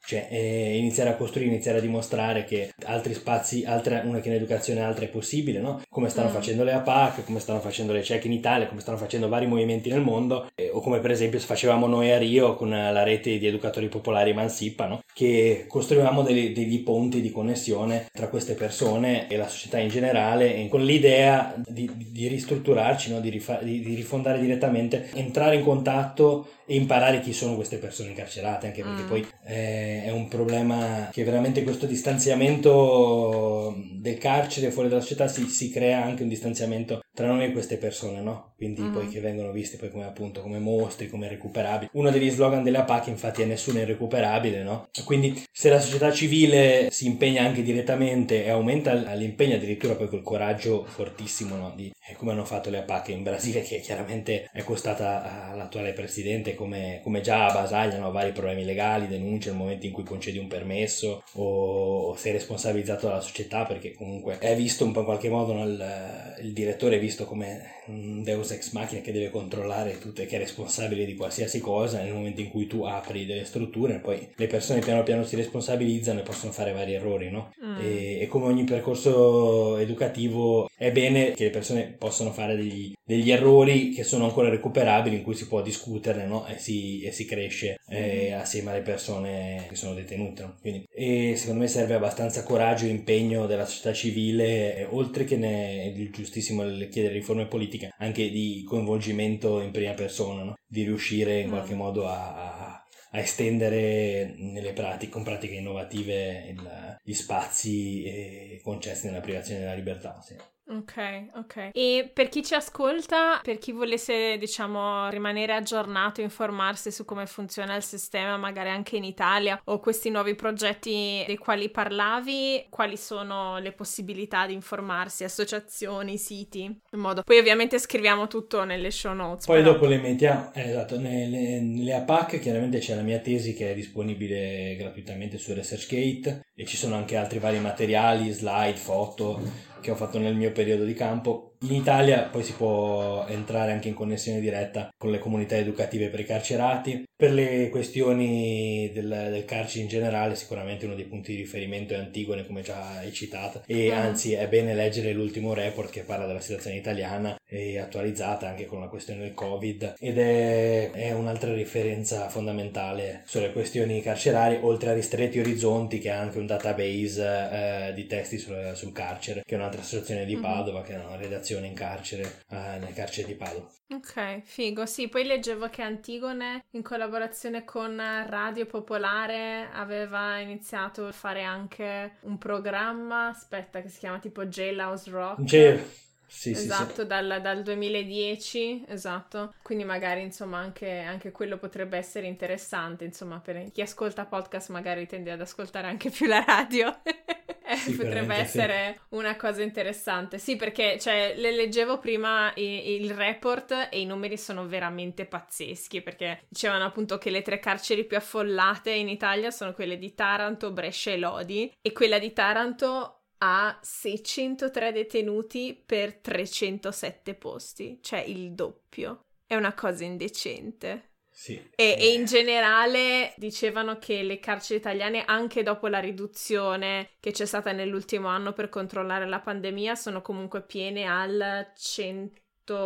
Speaker 2: Cioè eh, iniziare a costruire, iniziare a dimostrare che altri spazi, altre, una che in educazione altra è possibile, no? Come stanno mm. facendo le A P A C, come stanno facendo le C E C in Italia, come stanno facendo vari movimenti nel mondo, eh, o come per esempio facevamo noi a Rio con la rete di educatori popolari Emancipa, no? Che costruivamo degli, degli ponti di connessione tra queste persone e la società in generale, e con l'idea di, di ristrutturarci, no? di, rifa- di, di rifondare direttamente, entrare in contatto e imparare chi sono queste persone incarcerate, anche perché mm. poi eh, è un problema che veramente questo distanziamento del carcere fuori dalla società si, si crea anche un distanziamento tra noi e queste persone, no? Quindi mm. poi che vengono viste poi come appunto come mostri, come recuperabili. Uno degli slogan delle A P A C infatti è nessuno è irrecuperabile, no? Quindi se la società civile si impegna anche direttamente e aumenta l'impegno, addirittura poi col coraggio fortissimo, no? Di, come hanno fatto le A P A C in Brasile, che chiaramente è costata all'attuale presidente, come, come già a Basaglia, no? Vari problemi legali, denunce nel momento in cui concedi un permesso o, o sei responsabilizzato dalla società, perché comunque è visto un po' in qualche modo, no? il, il direttore è visto come un deus ex machina che deve controllare tutto e che è responsabile di qualsiasi cosa. Nel momento in cui tu apri delle strutture, poi le persone piano piano si responsabilizzano e possono fare vari errori, no? Mm. E, e come ogni percorso educativo è bene che le persone possano fare degli, degli errori che sono ancora recuperabili, in cui si può discuterne, no? E si, e si cresce eh, assieme alle persone che sono detenute, no? Quindi, e secondo me serve abbastanza coraggio e impegno della società civile, eh, oltre che ne, il giustissimo chiedere riforme politiche, anche di coinvolgimento in prima persona, no? Di riuscire in qualche mm. modo a, a, a estendere nelle pratiche, con pratiche innovative il, gli spazi eh, concessi nella privazione della libertà, sì.
Speaker 1: Ok, ok. E per chi ci ascolta, per chi volesse, diciamo, rimanere aggiornato, informarsi su come funziona il sistema, magari anche in Italia, o questi nuovi progetti dei quali parlavi, quali sono le possibilità di informarsi, associazioni, siti, in modo... Poi ovviamente scriviamo tutto nelle show notes.
Speaker 2: Poi
Speaker 1: però...
Speaker 2: dopo le mettiamo, eh, esatto, nelle, nelle A P A C chiaramente c'è la mia tesi che è disponibile gratuitamente su ResearchGate, e ci sono anche altri vari materiali, slide, foto che ho fatto nel mio periodo di campo. In Italia poi si può entrare anche in connessione diretta con le comunità educative per i carcerati. Per le questioni del, del carcere in generale, sicuramente uno dei punti di riferimento è Antigone, come già hai citato, e mm. anzi è bene leggere l'ultimo report che parla della situazione italiana e attualizzata anche con la questione del Covid, ed è, è un'altra riferenza fondamentale sulle questioni carcerarie, oltre a Ristretti Orizzonti, che ha anche un database eh, di testi sul, sul carcere, che è un'altra associazione di Padova, mm. che è una redazione in carcere, eh, nel carcere di Padova.
Speaker 1: Ok, figo. Sì, poi leggevo che Antigone, in collaborazione con Radio Popolare, aveva iniziato a fare anche un programma, aspetta, che si chiama tipo Jailhouse Rock.
Speaker 2: Jail. Sì,
Speaker 1: esatto,
Speaker 2: sì, sì.
Speaker 1: Dal, dal duemiladieci, esatto. Quindi magari, insomma, anche, anche quello potrebbe essere interessante, insomma, per chi ascolta podcast magari tende ad ascoltare anche più la radio. Potrebbe essere sì. una cosa interessante. Sì, perché cioè le leggevo prima i, il report e i numeri sono veramente pazzeschi, perché dicevano appunto che le tre carceri più affollate in Italia sono quelle di Taranto, Brescia e Lodi, e quella di Taranto ha seicentotré detenuti per trecentosette posti, cioè il doppio. È una cosa indecente.
Speaker 2: Sì.
Speaker 1: E, e in generale dicevano che le carceri italiane, anche dopo la riduzione che c'è stata nell'ultimo anno per controllare la pandemia, sono comunque piene al centotré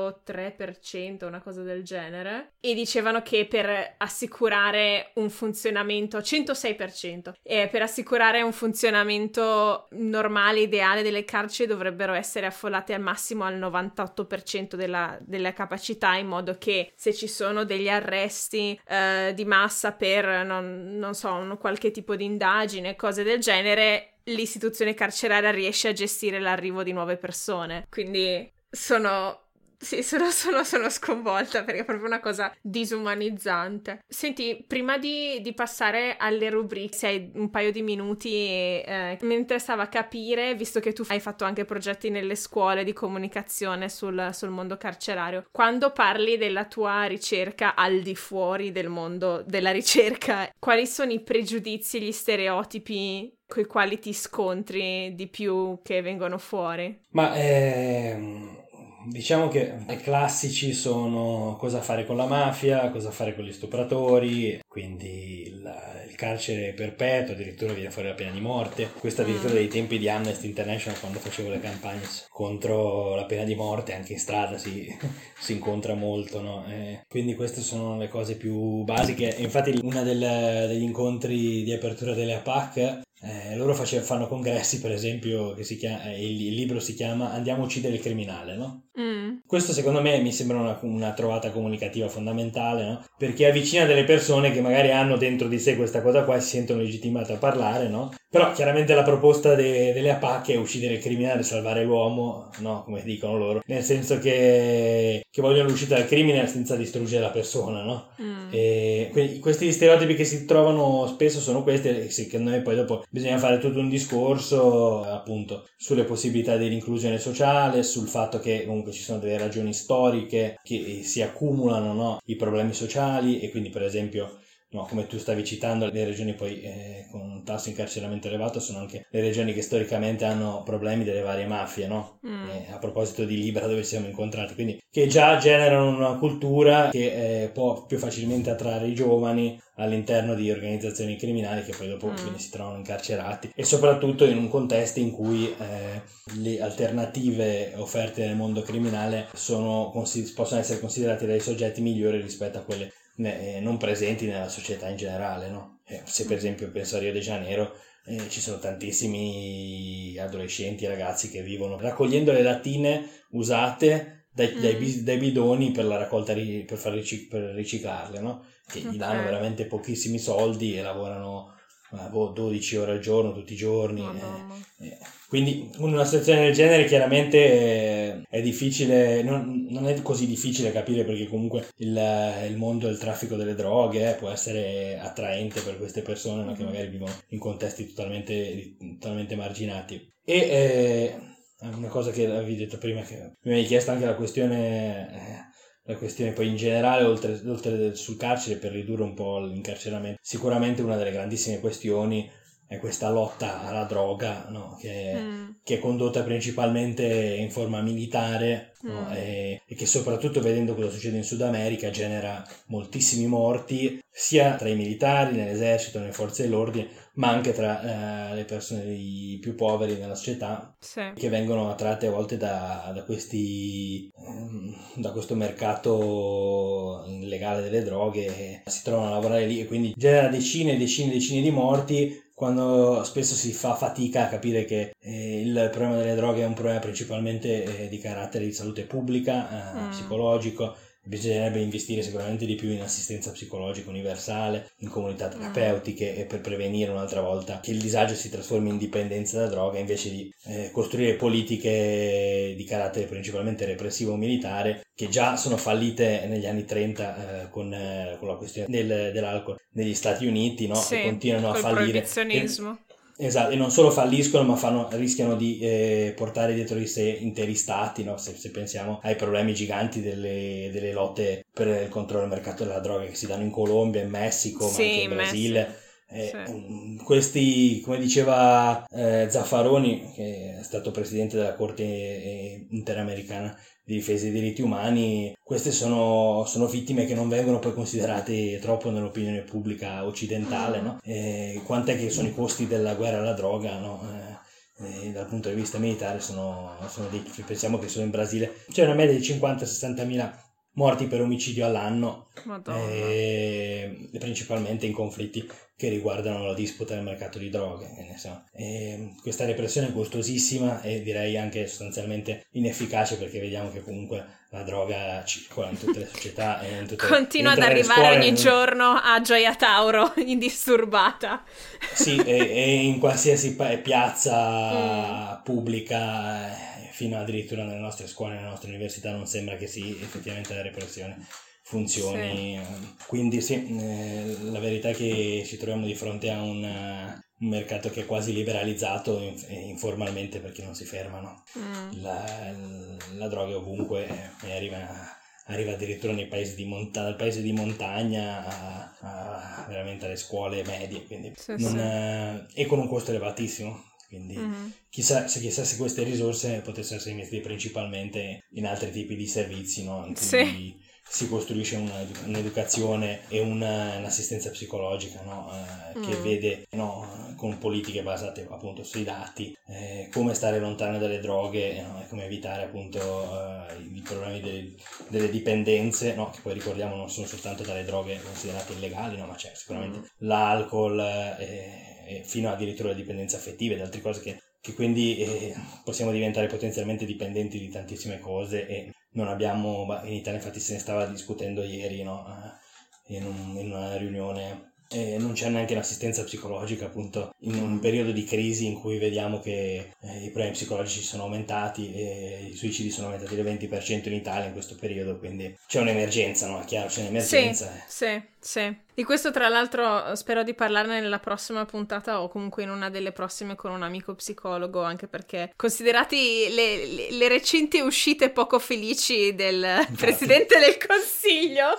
Speaker 1: per cento, una cosa del genere, e dicevano che per assicurare un funzionamento centosei per cento e per assicurare un funzionamento normale, ideale delle carceri, dovrebbero essere affollate al massimo al novantotto per cento della, della capacità, in modo che se ci sono degli arresti eh, di massa per non, non so, un, qualche tipo di indagine, cose del genere, l'istituzione carceraria riesce a gestire l'arrivo di nuove persone. Quindi sono Sì, sono, sono, sono sconvolta, perché è proprio una cosa disumanizzante. Senti, prima di, di passare alle rubriche, se hai un paio di minuti, eh, mi interessava capire, visto che tu hai fatto anche progetti nelle scuole di comunicazione sul, sul mondo carcerario, quando parli della tua ricerca al di fuori del mondo della ricerca, quali sono i pregiudizi e gli stereotipi con i quali ti scontri di più che vengono fuori?
Speaker 2: Ma ehm... diciamo che i classici sono cosa fare con la mafia, cosa fare con gli stupratori, quindi il, il carcere perpetuo, addirittura viene fuori la pena di morte. Questo addirittura dei tempi di Amnesty International, quando facevo le campagne contro la pena di morte, anche in strada si, si incontra molto, no? Eh, quindi queste sono le cose più basiche. Infatti una del, degli incontri di apertura delle A P A C, Eh, loro face, fanno congressi, per esempio, che si chiama, eh, il, il libro si chiama Andiamo a uccidere il criminale, no? Mm. Questo secondo me mi sembra una, una trovata comunicativa fondamentale, no? Perché avvicina delle persone che magari hanno dentro di sé questa cosa qua e si sentono legittimate a parlare, no? Però chiaramente la proposta de, delle A P A C è uccidere il criminale e salvare l'uomo, no? Come dicono loro, nel senso che, che vogliono l'uscita dal crimine senza distruggere la persona, no? Mm. E quindi questi stereotipi che si trovano spesso sono questi, e secondo me poi dopo bisogna fare tutto un discorso appunto sulle possibilità di inclusione sociale, sul fatto che comunque ci sono delle ragioni storiche che si accumulano, no? I problemi sociali, e quindi per esempio, no, come tu stavi citando, le regioni poi eh, con un tasso di incarceramento elevato sono anche le regioni che storicamente hanno problemi delle varie mafie, no? Mm. Eh, a proposito di Libera, dove ci siamo incontrati, quindi che già generano una cultura che eh, può più facilmente attrarre i giovani all'interno di organizzazioni criminali che poi dopo mm. quindi si trovano incarcerati, e soprattutto in un contesto in cui eh, le alternative offerte nel mondo criminale sono, possono essere considerate dai soggetti migliori rispetto a quelle non presenti nella società in generale, no? Eh, se per esempio penso a Rio de Janeiro, eh, ci sono tantissimi adolescenti e ragazzi che vivono raccogliendo le lattine usate dai, mm. dai, dai bidoni per la raccolta, per, far ric- per riciclarle, no? Che okay. gli danno veramente pochissimi soldi e lavorano eh, dodici ore al giorno tutti i giorni. Oh, eh, eh. Quindi in una situazione del genere chiaramente eh, è difficile, non, non è così difficile capire, perché comunque il, il mondo del traffico delle droghe eh, può essere attraente per queste persone, no, che magari vivono in contesti totalmente, totalmente marginati. E eh, una cosa che avevi detto prima, che mi hai chiesto anche la questione... Eh, la questione poi in generale, oltre, oltre sul carcere, per ridurre un po' l'incarceramento, sicuramente una delle grandissime questioni è questa lotta alla droga, no? che, mm. che è condotta principalmente in forma militare, mm. no? e, e che soprattutto, vedendo cosa succede in Sud America, genera moltissimi morti sia tra i militari, nell'esercito, nelle forze dell'ordine, ma anche tra eh, le persone più povere nella società, sì. che vengono attratte a volte da, da questi um, da questo mercato illegale delle droghe, e si trovano a lavorare lì, e quindi genera decine e decine e decine di morti, quando spesso si fa fatica a capire che eh, il problema delle droghe è un problema principalmente eh, di carattere di salute pubblica, eh, mm. psicologico. Bisognerebbe investire sicuramente di più in assistenza psicologica universale, in comunità terapeutiche, e per prevenire un'altra volta che il disagio si trasformi in dipendenza da droga, invece di eh, costruire politiche di carattere principalmente repressivo militare, che già sono fallite negli anni trenta eh, con, eh, con la questione del, dell'alcol negli Stati Uniti, no? Sì, e continuano a fallire.
Speaker 1: Proibizionismo.
Speaker 2: E, Esatto, e non solo falliscono, ma fanno, rischiano di eh, portare dietro di sé interi stati, no? se, se pensiamo ai problemi giganti delle, delle lotte per il controllo del mercato della droga che si danno in Colombia, in Messico, sì, ma anche in Brasile. Eh, sì. Questi, come diceva eh, Zaffaroni, che è stato presidente della Corte eh, Interamericana di Difesa dei Diritti Umani, queste sono, sono vittime che non vengono poi considerate troppo nell'opinione pubblica occidentale, no? Eh, quant'è che sono i costi della guerra alla droga, no? Eh, eh, dal punto di vista militare sono, sono dei, pensiamo che solo in Brasile c'è una media di cinquanta sessanta mila morti per omicidio all'anno, eh, principalmente in conflitti che riguardano la disputa del mercato di droghe. Insomma, eh, questa repressione è costosissima e direi anche sostanzialmente inefficace, perché vediamo che comunque la droga circola in tutte le società e in tutte,
Speaker 1: continua ad arrivare scuole, ogni in... giorno a Gioia Tauro indisturbata.
Speaker 2: Sì, e, e in qualsiasi piazza mm. pubblica, fino addirittura nelle nostre scuole, nelle nostre università, non sembra che sì, effettivamente la repressione funzioni. Sì. Quindi sì, eh, la verità è che ci troviamo di fronte a un, uh, un mercato che è quasi liberalizzato in, informalmente, perché non si fermano. Mm. La, la droga ovunque e arriva, arriva addirittura nei paesi di monta- dal paese di montagna a, a veramente alle scuole medie, quindi sì, non, sì. Uh, e con un costo elevatissimo. quindi
Speaker 1: mm.
Speaker 2: chissà, se, chissà se queste risorse potessero essere investite principalmente in altri tipi di servizi, no? In cui
Speaker 1: Sì.
Speaker 2: si costruisce una, un'educazione e una, un'assistenza psicologica, no? eh, che
Speaker 1: mm.
Speaker 2: vede, no, con politiche basate appunto sui dati, eh, come stare lontano dalle droghe, no? E come evitare appunto eh, i problemi delle, delle dipendenze, no? Che poi ricordiamo non sono soltanto dalle droghe considerate illegali, no? Ma c'è sicuramente mm. l'alcol eh, e fino addirittura le dipendenze affettive ed altre cose che che quindi eh, possiamo diventare potenzialmente dipendenti di tantissime cose e non abbiamo, in Italia infatti se ne stava discutendo ieri, no? in, un, in una riunione, e non c'è neanche un'assistenza psicologica appunto in un periodo di crisi in cui vediamo che eh, i problemi psicologici sono aumentati e i suicidi sono aumentati del venti per cento in Italia in questo periodo, quindi c'è un'emergenza, no? È chiaro, c'è un'emergenza.
Speaker 1: Sì, sì, sì. Di questo tra l'altro spero di parlarne nella prossima puntata o comunque in una delle prossime con un amico psicologo, anche perché considerati le, le, le recenti uscite poco felici del Infatti. Presidente del Consiglio...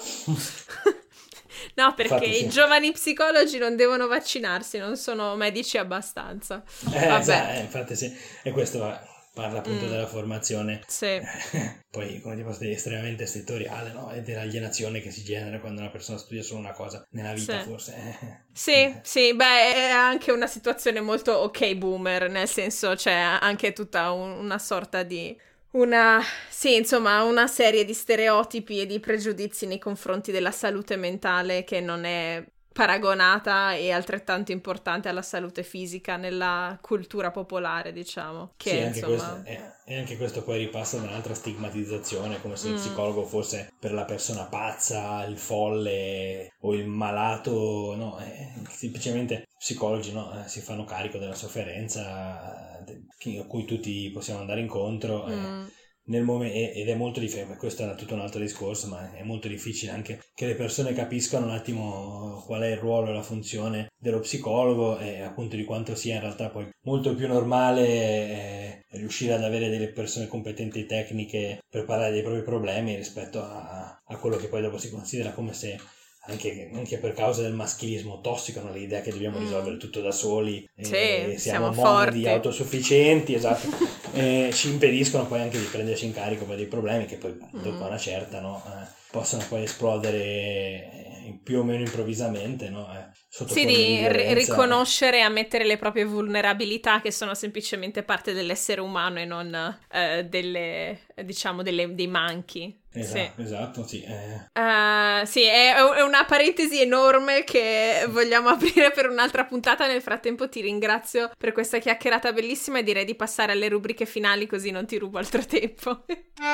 Speaker 1: No, perché infatti, sì. I giovani psicologi non devono vaccinarsi, non sono medici abbastanza.
Speaker 2: Eh, Vabbè. Eh, infatti sì, e questo parla appunto mm. della formazione.
Speaker 1: Sì.
Speaker 2: Poi, come ti posso dire, estremamente settoriale, no? E dell'alienazione che si genera quando una persona studia solo una cosa nella vita, sì. forse.
Speaker 1: Sì, sì, beh, è anche una situazione molto ok boomer, nel senso c'è anche tutta un, una sorta di... Una, sì, insomma, una serie di stereotipi e di pregiudizi nei confronti della salute mentale che non è paragonata e altrettanto importante alla salute fisica nella cultura popolare, diciamo. Che,
Speaker 2: sì, anche
Speaker 1: insomma...
Speaker 2: questo, eh, e anche questo poi ripassa da un'altra stigmatizzazione, come se mm. il psicologo fosse per la persona pazza, il folle o il malato, no, eh, semplicemente psicologi, no, eh, si fanno carico della sofferenza eh, a cui tutti possiamo andare incontro. Eh. Mm. Nel momento, ed è molto difficile, questo è tutto un altro discorso, ma è molto difficile anche che le persone capiscano un attimo qual è il ruolo e la funzione dello psicologo e appunto di quanto sia in realtà poi molto più normale eh, riuscire ad avere delle persone competenti e tecniche per parlare dei propri problemi rispetto a, a quello che poi dopo si considera come se Anche, anche per causa del maschilismo tossico, no? L'idea che dobbiamo mm. risolvere tutto da soli,
Speaker 1: sì,
Speaker 2: e siamo,
Speaker 1: siamo
Speaker 2: monadi,
Speaker 1: forti,
Speaker 2: autosufficienti, esatto, e ci impediscono poi anche di prenderci in carico per dei problemi che poi mm. dopo una certa, no? eh, possono poi esplodere più o meno improvvisamente, no? eh, sotto
Speaker 1: sì,
Speaker 2: di,
Speaker 1: di r- riconoscere e ammettere le proprie vulnerabilità che sono semplicemente parte dell'essere umano e non eh, delle, diciamo, delle, dei manchi.
Speaker 2: Esatto,
Speaker 1: sì.
Speaker 2: esatto, sì. Eh.
Speaker 1: Uh, sì, è, è una parentesi enorme che vogliamo aprire per un'altra puntata. Nel frattempo ti ringrazio per questa chiacchierata bellissima e direi di passare alle rubriche finali così non ti rubo altro tempo.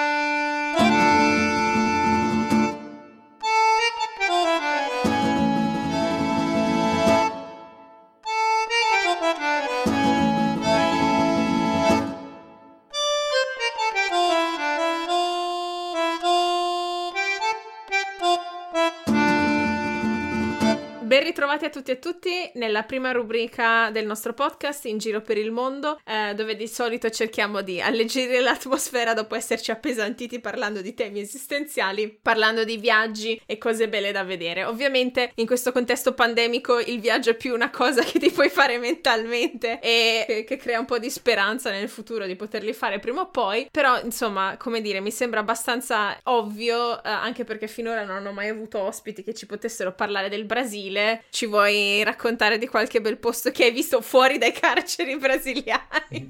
Speaker 1: Ben ritrovati a tutti e a tutti nella prima rubrica del nostro podcast In Giro per il Mondo, eh, dove di solito cerchiamo di alleggerire l'atmosfera dopo esserci appesantiti parlando di temi esistenziali, parlando di viaggi e cose belle da vedere. Ovviamente in questo contesto pandemico il viaggio è più una cosa che ti puoi fare mentalmente e che, che crea un po' di speranza nel futuro di poterli fare prima o poi, però insomma, come dire, mi sembra abbastanza ovvio, eh, anche perché finora non ho mai avuto ospiti che ci potessero parlare del Brasile. Ci vuoi raccontare di qualche bel posto che hai visto fuori dai carceri brasiliani?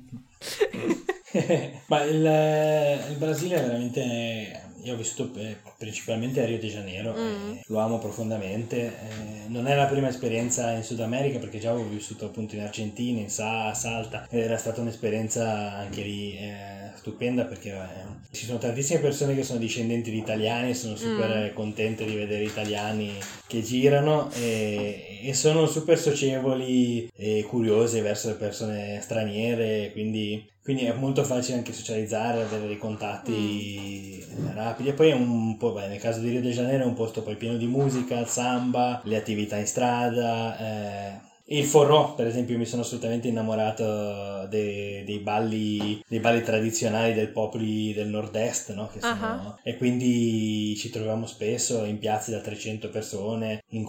Speaker 2: Ma il, il Brasile è veramente... Io ho vissuto principalmente a Rio de Janeiro, mm. eh, lo amo profondamente, eh, non è la prima esperienza in Sud America perché già avevo vissuto appunto in Argentina, in Sa, Salta, ed era stata un'esperienza anche lì eh, stupenda perché eh, ci sono tantissime persone che sono discendenti di italiani, sono super mm. contente di vedere italiani che girano e, e sono super socievoli e curiose verso le persone straniere, quindi... Quindi è molto facile anche socializzare, avere dei contatti mm. rapidi. E poi è un po', beh, nel caso di Rio de Janeiro è un posto poi pieno di musica, samba, le attività in strada, eh, Il forró, per esempio, mi sono assolutamente innamorato dei, dei balli dei balli tradizionali del popoli del nord-est, no? Che sono, uh-huh. E quindi ci troviamo spesso in piazze da trecento persone in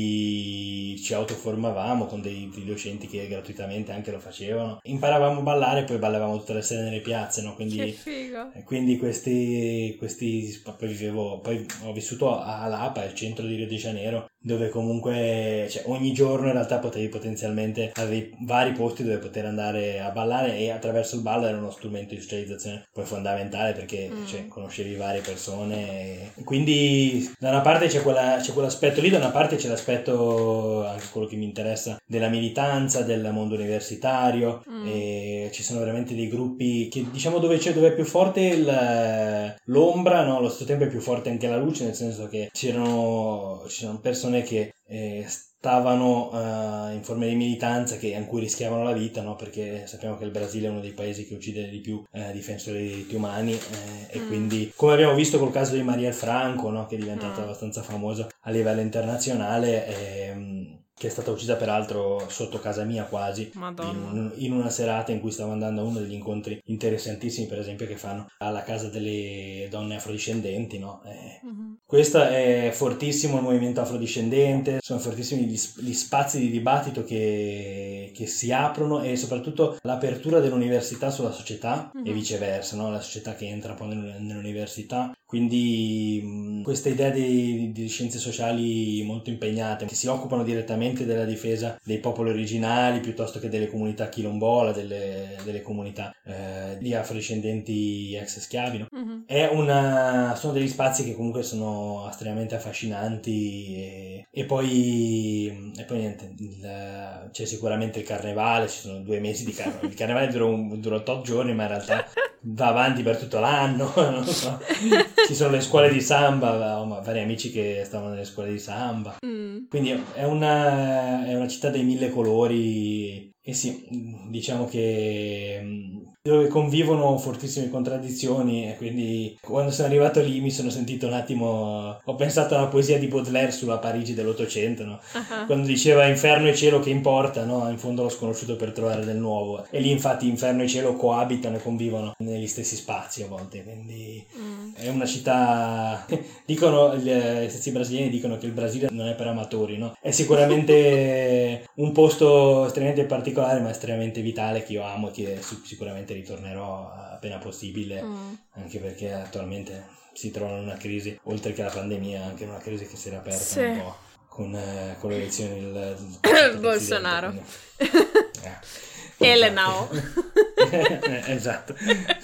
Speaker 2: cui ci autoformavamo con dei, dei docenti che gratuitamente anche lo facevano. Imparavamo a ballare e poi ballavamo tutte le sere nelle piazze, no? Quindi,
Speaker 1: che figo!
Speaker 2: Quindi questi, questi poi vivevo, poi ho vissuto a Lapa, il centro di Rio de Janeiro, dove comunque cioè, ogni giorno in realtà potevi potenzialmente avevi vari posti dove poter andare a ballare, e attraverso il ballo era uno strumento di socializzazione poi fondamentale, perché mm. cioè, conoscevi varie persone, e quindi da una parte c'è, quella, c'è quell'aspetto lì, da una parte c'è l'aspetto, anche quello che mi interessa, della militanza, del mondo universitario, mm. e ci sono veramente dei gruppi che diciamo dove c'è dove è più forte il, l'ombra, no? Allo stesso tempo è più forte anche la luce, nel senso che c'erano, c'erano persone che eh, stavano uh, in forme di militanza che, in cui rischiavano la vita, no? Perché sappiamo che il Brasile è uno dei paesi che uccide di più eh, difensori dei diritti umani, eh, mm. e quindi, come abbiamo visto col caso di Marielle Franco, no? Che è diventato mm. abbastanza famoso a livello internazionale, ehm, che è stata uccisa peraltro sotto casa mia quasi, in, in una serata in cui stavo andando a uno degli incontri interessantissimi, per esempio, che fanno alla casa delle donne afrodiscendenti, no? Eh, uh-huh. Questo è fortissimo, il movimento afrodiscendente, sono fortissimi gli, gli spazi di dibattito che, che si aprono, e soprattutto l'apertura dell'università sulla società, uh-huh. e viceversa, no? La società che entra poi nell'università. Quindi questa idea di, di scienze sociali molto impegnate, che si occupano direttamente della difesa dei popoli originali piuttosto che delle comunità quilombola, delle, delle comunità eh, di afrodiscendenti ex schiavi, no? Uh-huh. È una, sono degli spazi che comunque sono estremamente affascinanti, e, e poi e poi niente, il, c'è sicuramente il carnevale, ci sono due mesi di carnevale, il carnevale dura, un, dura otto giorni, ma in realtà va avanti per tutto l'anno, non so. Ci sono le scuole di samba, ho vari amici che stavano nelle scuole di samba, mm. quindi è una, è una città dei mille colori, e sì, diciamo che dove convivono fortissime contraddizioni, e quindi quando sono arrivato lì mi sono sentito un attimo, ho pensato alla poesia di Baudelaire sulla Parigi dell'Ottocento, no? Uh-huh. Quando diceva inferno e cielo che importa, no? In fondo l'ho sconosciuto per trovare del nuovo, e lì infatti inferno e cielo coabitano e convivono negli stessi spazi a volte, quindi mm. è una città, dicono gli stessi brasiliani dicono che il Brasile non è per amatori, no? È sicuramente un posto estremamente particolare, ma estremamente vitale, che io amo e che sicuramente ritornerò appena possibile, mm. anche perché attualmente si trovano in una crisi, oltre che la pandemia, anche in una crisi che si era aperta sì. un po' con, eh, con le elezioni del, del
Speaker 1: Bolsonaro.
Speaker 2: Quindi, eh.
Speaker 1: Elena.
Speaker 2: Esatto.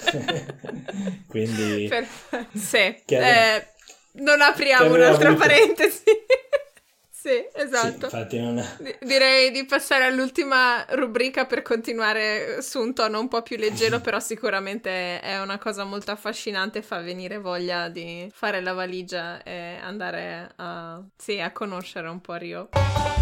Speaker 2: Quindi
Speaker 1: perfetto. Sì.
Speaker 2: Chiaro,
Speaker 1: eh, non apriamo un'altra avuto... parentesi. Sì, esatto.
Speaker 2: Sì, infatti non...
Speaker 1: Direi di passare all'ultima rubrica per continuare su un tono un po' più leggero, però sicuramente è una cosa molto affascinante, fa venire voglia di fare la valigia e andare a, sì, a conoscere un po' Rio.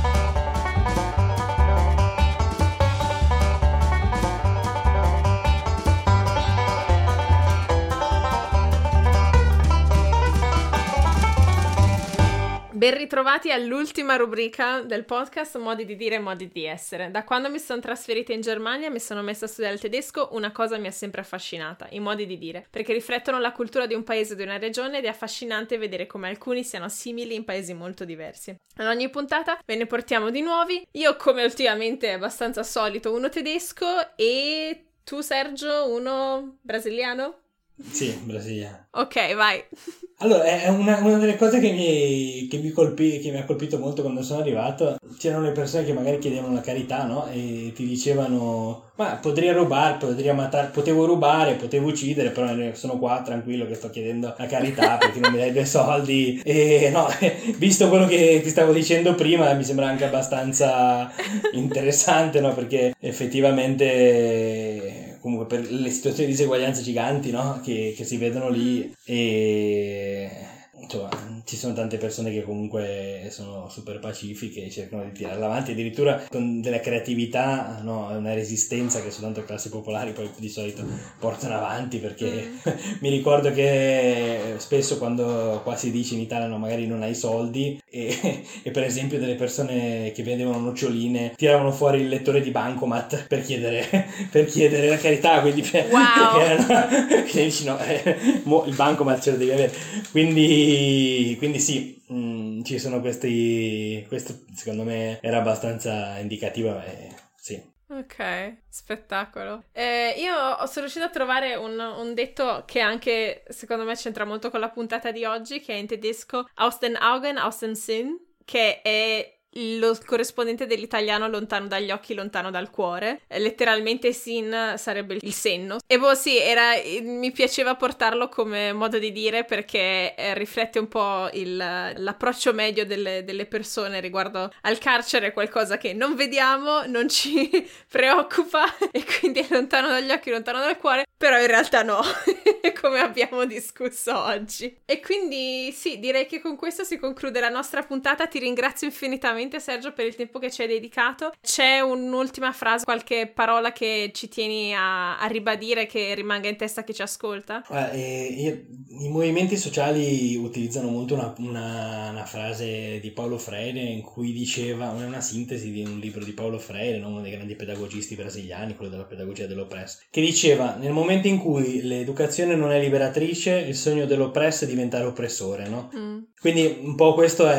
Speaker 1: Ben ritrovati all'ultima rubrica del podcast, modi di dire e modi di essere. Da quando mi sono trasferita in Germania e mi sono messa a studiare il tedesco, una cosa mi ha sempre affascinata, i modi di dire, perché riflettono la cultura di un paese o di una regione ed è affascinante vedere come alcuni siano simili in paesi molto diversi. In ogni puntata ve ne portiamo di nuovi, io come ultimamente è abbastanza solito uno tedesco, e tu Sergio uno brasiliano?
Speaker 2: Sì, brasiliano.
Speaker 1: Ok, vai.
Speaker 2: Allora, è una, una delle cose che mi, che, mi colpì, che mi ha colpito molto quando sono arrivato. C'erano le persone che magari chiedevano la carità, no? E ti dicevano, ma potrei rubare, potrei matare, potevo rubare, potevo uccidere, però sono qua tranquillo che sto chiedendo la carità perché non mi dai due soldi. E no, visto quello che ti stavo dicendo prima, mi sembra anche abbastanza interessante, no? Perché effettivamente... comunque per le situazioni di diseguaglianza giganti, no? che, che si vedono lì, e insomma ci sono tante persone che comunque sono super pacifiche e cercano di tirarla avanti, addirittura con della creatività, no, una resistenza che soltanto classi popolari poi di solito portano avanti, perché mm. mi ricordo che spesso quando qua si dice in Italia no, magari non hai soldi e, e per esempio delle persone che vendevano noccioline tiravano fuori il lettore di bancomat per chiedere per chiedere la carità, quindi per,
Speaker 1: wow.
Speaker 2: erano, che dici no, eh, mo, il bancomat ce lo devi avere, quindi quindi sì, mh, ci sono questi, questo secondo me era abbastanza indicativo, eh, sì.
Speaker 1: Ok, spettacolo. Eh, io sono riuscita a trovare un, un detto che anche secondo me c'entra molto con la puntata di oggi, che è in tedesco aus den Augen, aus dem Sinn, che è lo corrispondente dell'italiano lontano dagli occhi, lontano dal cuore. Eh, letteralmente Sinn sarebbe il senno. E boh, sì, era, mi piaceva portarlo come modo di dire perché eh, riflette un po' il, l'approccio medio delle, delle persone riguardo al carcere, qualcosa che non vediamo, non ci preoccupa e quindi è lontano dagli occhi, lontano dal cuore, però in realtà no, come abbiamo discusso oggi. E quindi sì, direi che con questo si conclude la nostra puntata. Ti ringrazio infinitamente, Sergio, per il tempo che ci hai dedicato. C'è un'ultima frase, qualche parola che ci tieni a, a ribadire, che rimanga in testa a chi ci ascolta?
Speaker 2: Eh, io, i movimenti sociali utilizzano molto una, una, una frase di Paulo Freire in cui diceva, è una sintesi di un libro di Paulo Freire, no? Uno dei grandi pedagogisti brasiliani, quello della pedagogia dell'oppresso, che diceva: nel momento in cui l'educazione non è liberatrice, il sogno dell'oppresso è diventare oppressore, no? Mm. Quindi un po' questo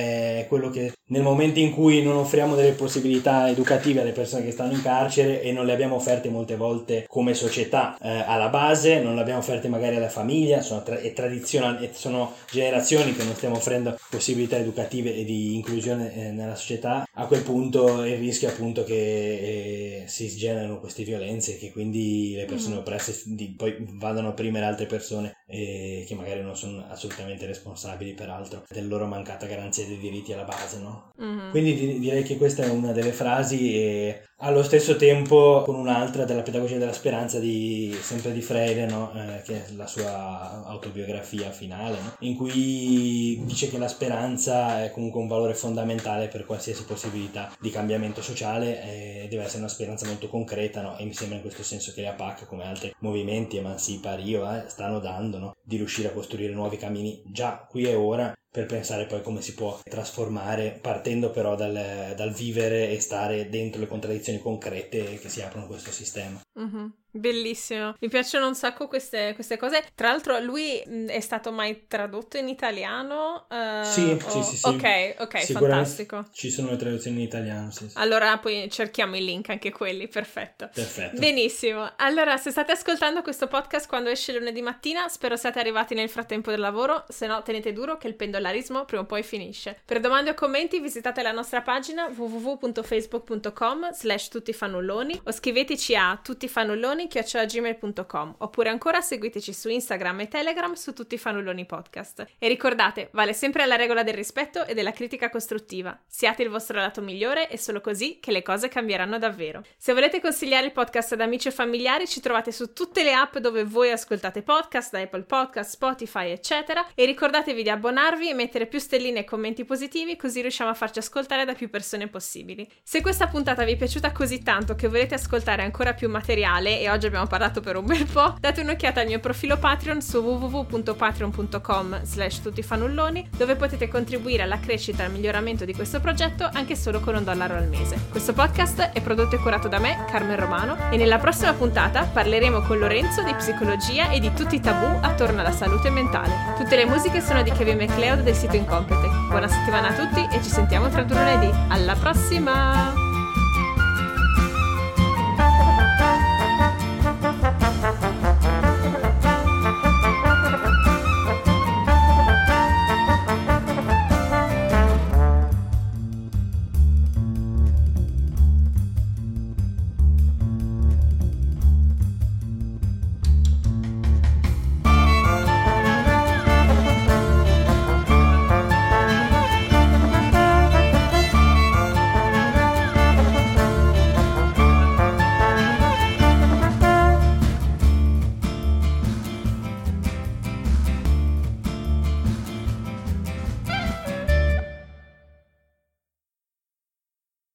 Speaker 2: è quello che nel momento in cui non offriamo delle possibilità educative alle persone che stanno in carcere e non le abbiamo offerte molte volte come società eh, alla base, non le abbiamo offerte magari alla famiglia, sono, tra- e tradizionali, e sono generazioni che non stiamo offrendo possibilità educative e di inclusione eh, nella società, a quel punto il rischio è appunto che eh, si generano queste violenze, che quindi le persone oppresse di, poi vadano a opprimere altre persone eh, che magari non sono assolutamente responsabili peraltro della loro mancata garanzia dei diritti alla base, no? Mm-hmm. Quindi di- direi che questa è una delle frasi, e allo stesso tempo con un'altra della pedagogia della speranza di sempre di Freire, no? eh, che è la sua autobiografia finale, no? In cui dice che la speranza è comunque un valore fondamentale per qualsiasi possibilità di cambiamento sociale, e deve essere una speranza molto concreta, no? E mi sembra in questo senso che la P A C, come altri movimenti, Emancipa, Rio, eh, stanno dando, no? Di riuscire a costruire nuovi cammini già qui e ora, per pensare poi come si può trasformare, partendo però dal, dal vivere e stare dentro le contraddizioni concrete che si aprono a questo sistema.
Speaker 1: Mm-hmm. Bellissimo, mi piacciono un sacco queste, queste cose. Tra l'altro lui mh, è stato mai tradotto in italiano? Uh,
Speaker 2: sì,
Speaker 1: o...
Speaker 2: sì, sì, sì.
Speaker 1: Ok, ok, fantastico.
Speaker 2: Ci sono le traduzioni in italiano, sì, sì.
Speaker 1: Allora poi cerchiamo i link, anche quelli, perfetto.
Speaker 2: Perfetto.
Speaker 1: Benissimo, allora se state ascoltando questo podcast quando esce lunedì mattina, spero siate arrivati nel frattempo del lavoro, se no tenete duro che il pendolarismo prima o poi finisce. Per domande o commenti visitate la nostra pagina w w w punto facebook punto com slash tuttifannulloni o scriveteci a tuttifannulloni chiocciola gmail punto com, oppure ancora seguiteci su Instagram e Telegram su Tutti Fannulloni Podcast. E ricordate, vale sempre la regola del rispetto e della critica costruttiva. Siate il vostro lato migliore, è solo così che le cose cambieranno davvero. Se volete consigliare il podcast ad amici o familiari, ci trovate su tutte le app dove voi ascoltate podcast, da Apple Podcast, Spotify, eccetera, e ricordatevi di abbonarvi e mettere più stelline e commenti positivi, così riusciamo a farci ascoltare da più persone possibili. Se questa puntata vi è piaciuta così tanto che volete ascoltare ancora più materiale, e oggi abbiamo parlato per un bel po', date un'occhiata al mio profilo Patreon su w w w punto patreon punto com slash tuttifannulloni, dove potete contribuire alla crescita e al miglioramento di questo progetto anche solo con un dollaro al mese. Questo podcast è prodotto e curato da me, Carmen Romano, e nella prossima puntata parleremo con Lorenzo di psicologia e di tutti i tabù attorno alla salute mentale. Tutte le musiche sono di Kevin MacLeod del sito Incompetech. Buona settimana a tutti e ci sentiamo tra due lunedì. Alla prossima!